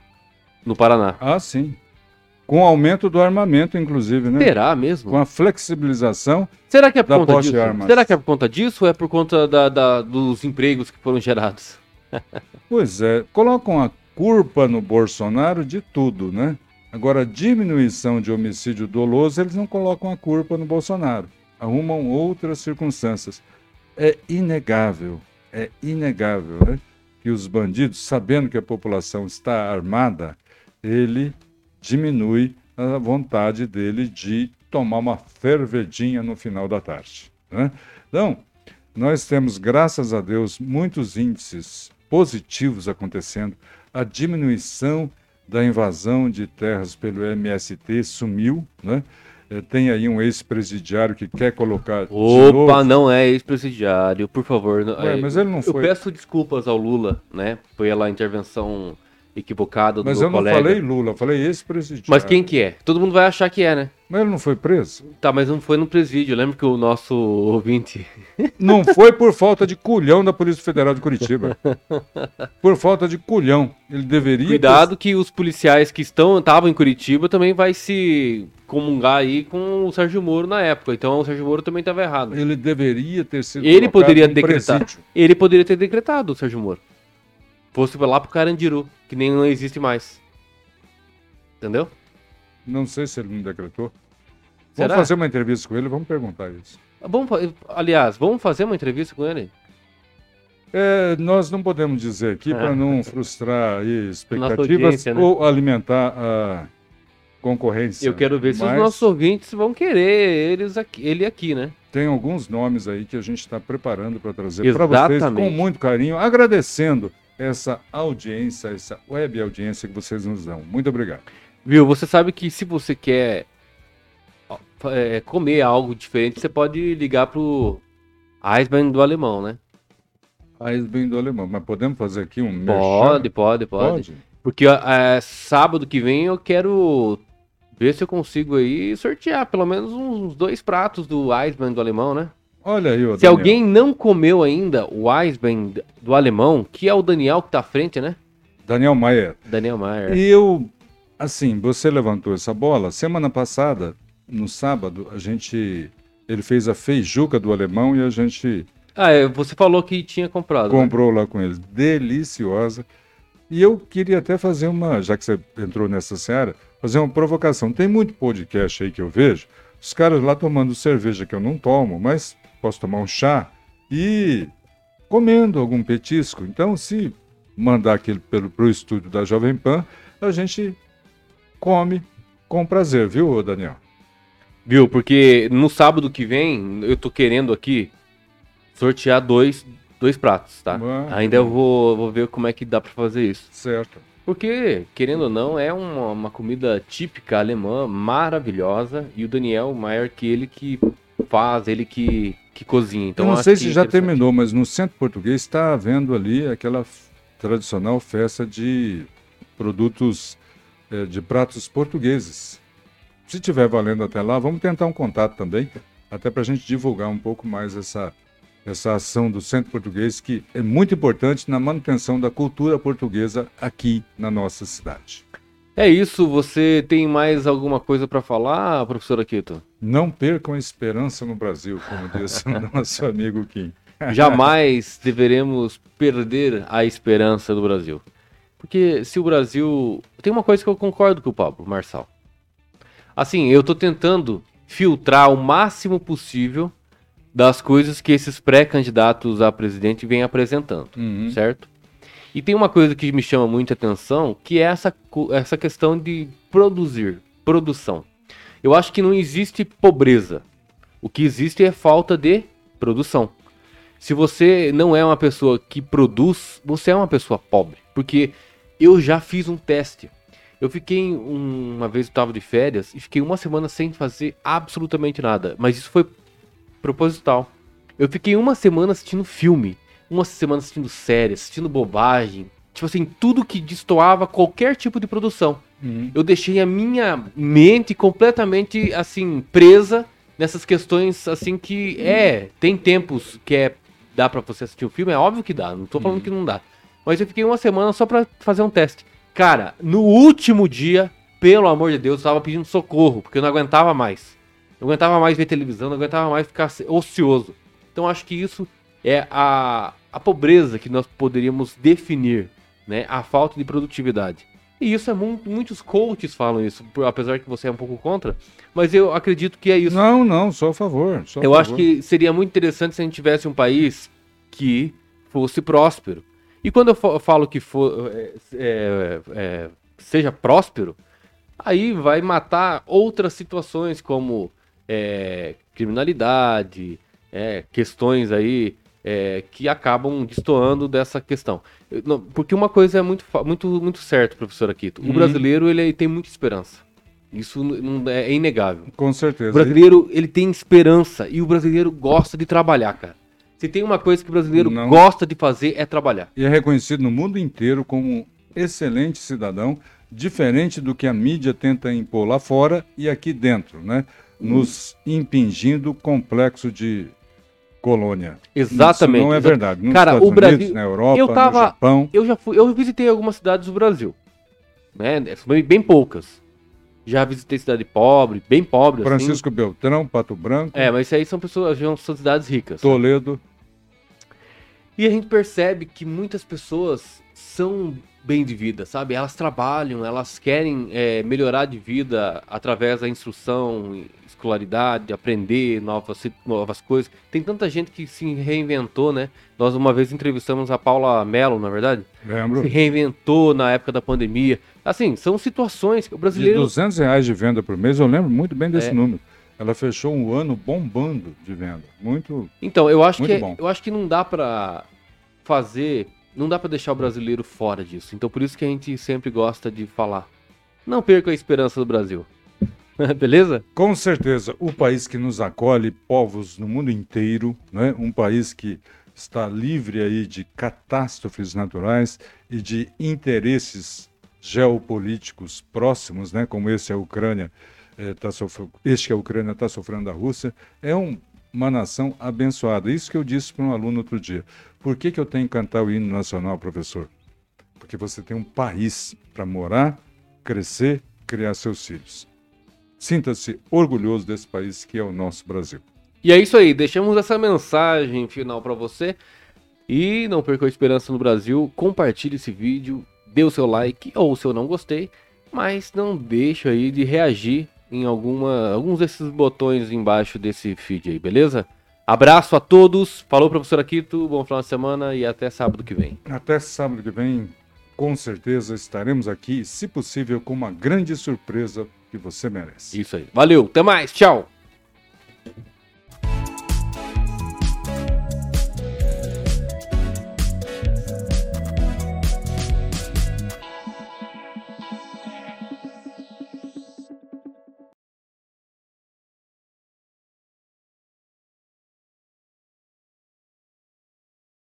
no Paraná. Ah, sim. Com o aumento do armamento, inclusive, né? Será mesmo? Com a flexibilização. Será que é por da conta posse de disso? armas. Será que é por conta disso ou é por conta da, da- dos empregos que foram gerados? Pois é, colocam a culpa no Bolsonaro de tudo, né? Agora, a diminuição de homicídio doloso, eles não colocam a culpa no Bolsonaro. Arrumam outras circunstâncias. É inegável, é inegável, né? Que os bandidos, sabendo que a população está armada, ele diminui a vontade dele de tomar uma fervedinha no final da tarde, né? Então, nós temos, graças a Deus, muitos índices positivos acontecendo. A diminuição da invasão de terras pelo M S T sumiu, né? Eh, Tem aí um ex-presidiário que quer colocar de Opa, novo. não é ex-presidiário, por favor. não- Ué, é, mas ele não eu foi. peço desculpas ao Lula, né? Pela intervenção equivocada do Mas meu eu não colega. falei Lula, eu falei ex-presidiário. Mas quem que é? Todo mundo vai achar que é, né? Mas ele não foi preso? Tá, mas não foi no presídio. Lembra que o nosso ouvinte... Não foi por falta de culhão da Polícia Federal de Curitiba. Por falta de culhão. Ele deveria... Cuidado que os policiais que estão estavam em Curitiba também vai se comungar aí com o Sérgio Moro na época. Então o Sérgio Moro também estava errado. Ele deveria ter sido Ele colocado poderia em decretar. presídio. Ele poderia ter decretado o Sérgio Moro. Fosse lá pro Carandiru, que nem não existe mais. Entendeu? Não sei se ele não decretou. Será? Vamos fazer uma entrevista com ele, vamos perguntar isso. Vamos, fa- aliás, vamos fazer uma entrevista com ele? É, nós não podemos dizer aqui para não frustrar aí expectativas audiência, né? ou alimentar a concorrência. Eu quero ver se os Mas nossos ouvintes vão querer eles aqui, ele aqui, né? tem alguns nomes aí que a gente está preparando para trazer para vocês com Exatamente. muito carinho, agradecendo essa audiência, essa web audiência que vocês nos dão. Muito obrigado. Viu, você sabe que se você quer ó, fa- é, comer algo diferente, você pode ligar pro Eisbein do Alemão, né? Eisbein do Alemão, mas podemos fazer aqui um Pode, pode, pode. Pode? Porque ó, é, sábado que vem eu quero ver se eu consigo aí sortear pelo menos uns dois pratos do Eisbein do Alemão, né? Olha aí, ô Se Daniel. alguém não comeu ainda o Eisbein do Alemão, que é o Daniel que tá à frente, né? Daniel Maier. Daniel Maier. E eu, assim, você levantou essa bola. Semana passada, no sábado, a gente, ele fez a feijuca do Alemão e a gente Ah, é, você falou que tinha comprado. né? comprou lá com eles. Deliciosa. E eu queria até fazer uma, já que você entrou nessa seara, fazer uma provocação. Tem muito podcast aí que eu vejo, os caras lá tomando cerveja que eu não tomo, mas posso tomar um chá e comendo algum petisco. Então, se mandar aquele pelo pro estúdio da Jovem Pan, a gente come com prazer, viu, Daniel? Viu? Porque no sábado que vem eu tô querendo aqui sortear dois, dois pratos, tá? Ah, Ainda eu vou, vou ver como é que dá pra fazer isso. Certo. Porque, querendo ou não, é uma, uma comida típica alemã, maravilhosa. E o Daniel Maier, que ele que faz, ele que, que cozinha. Então, eu não acho sei que se já interessante. terminou, mas no Centro Português está havendo ali aquela f- tradicional festa de produtos, eh, de pratos portugueses. Se tiver valendo até lá, vamos tentar um contato também, até para a gente divulgar um pouco mais essa, essa ação do Centro Português, que é muito importante na manutenção da cultura portuguesa aqui na nossa cidade. É isso, você tem mais alguma coisa para falar, professor Akito? Não percam a esperança no Brasil, como disse o nosso amigo Kim. Jamais deveremos perder a esperança do Brasil. Porque se o Brasil... Tem uma coisa que eu concordo com o Pablo Marçal. Assim, eu tô tentando filtrar o máximo possível das coisas que esses pré-candidatos a presidente vêm apresentando, uhum. certo? E tem uma coisa que me chama muita atenção, que é essa, essa questão de produzir, produção. Eu acho que não existe pobreza. O que existe é falta de produção. Se você não é uma pessoa que produz, você é uma pessoa pobre. Porque eu já fiz um teste. Eu fiquei, um, uma vez eu estava de férias, e fiquei uma semana sem fazer absolutamente nada. Mas isso foi proposital. Eu fiquei uma semana assistindo filme, uma semana assistindo série, assistindo bobagem, tipo assim, tudo que destoava qualquer tipo de produção. Uhum. Eu deixei a minha mente completamente, assim, presa nessas questões, assim, que é, tem tempos que é, dá pra você assistir um filme, é óbvio que dá, não tô falando uhum. que não dá. Mas eu fiquei uma semana só pra fazer um teste. Cara, no último dia, pelo amor de Deus, eu tava pedindo socorro, porque eu não aguentava mais. Não aguentava mais ver televisão, não aguentava mais ficar ocioso. Então acho que isso é a, a pobreza que nós poderíamos definir, né? A falta de produtividade. E isso é muito, muitos coaches falam isso, apesar que você é um pouco contra, mas eu acredito que é isso. Não, não, só a favor. Só a eu favor. acho que seria muito interessante se a gente tivesse um país que fosse próspero. E quando eu falo que for, é, é, é, seja próspero, aí vai matar outras situações como é, criminalidade, é, questões aí é, que acabam destoando dessa questão. Não, porque uma coisa é muito, muito, muito certo, professor Akito. O hum. brasileiro ele tem muita esperança. Isso não é, é inegável. Com certeza. O brasileiro ele tem esperança e o brasileiro gosta de trabalhar, cara. Se tem uma coisa que o brasileiro não. gosta de fazer é trabalhar. E é reconhecido no mundo inteiro como um excelente cidadão, diferente do que a mídia tenta impor lá fora e aqui dentro, né? Nos impingindo complexo de colônia. Exatamente. Isso não é verdade. Nos Cara, Estados o Brasil, Unidos, na Europa, eu tava, no Japão. Eu já fui, eu visitei algumas cidades do Brasil, né? Bem poucas. Já visitei cidade pobre, bem pobre. Francisco assim. Beltrão, Pato Branco. É, mas isso aí são pessoas, são cidades ricas. Toledo. E a gente percebe que muitas pessoas são bem de vida, sabe? Elas trabalham, elas querem é, melhorar de vida através da instrução, escolaridade, aprender novas, novas coisas. Tem tanta gente que se reinventou, né? Nós uma vez entrevistamos a Paula Mello, na verdade? Lembro. Se reinventou na época da pandemia. Assim, são situações que o brasileiro... De duzentos reais de venda por mês, eu lembro muito bem desse é. número. Ela fechou um ano bombando de venda. Muito Então, eu acho, muito que, bom. eu acho que não dá pra fazer... Não dá pra deixar o brasileiro fora disso. Então, por isso que a gente sempre gosta de falar. Não perca a esperança do Brasil. Beleza? Com certeza. O país que nos acolhe, povos no mundo inteiro, né? Um país que está livre aí de catástrofes naturais e de interesses geopolíticos próximos, né? Como esse é a Ucrânia, é, tá sofrendo, este que a Ucrânia está sofrendo da Rússia, é um, uma nação abençoada. Isso que eu disse para um aluno outro dia. Por que que eu tenho que cantar o hino nacional, professor? Porque você tem um país para morar, crescer, criar seus filhos. Sinta-se orgulhoso desse país que é o nosso Brasil. E é isso aí, deixamos essa mensagem final para você. E não perca a esperança no Brasil, compartilhe esse vídeo, dê o seu like ou o seu não gostei, mas não deixe aí de reagir em alguma, alguns desses botões embaixo desse feed aí, beleza? Abraço a todos, falou professor Akito, bom final de semana e até sábado que vem. Até sábado que vem, com certeza estaremos aqui, se possível, com uma grande surpresa que você merece. Isso aí, valeu, até mais, tchau!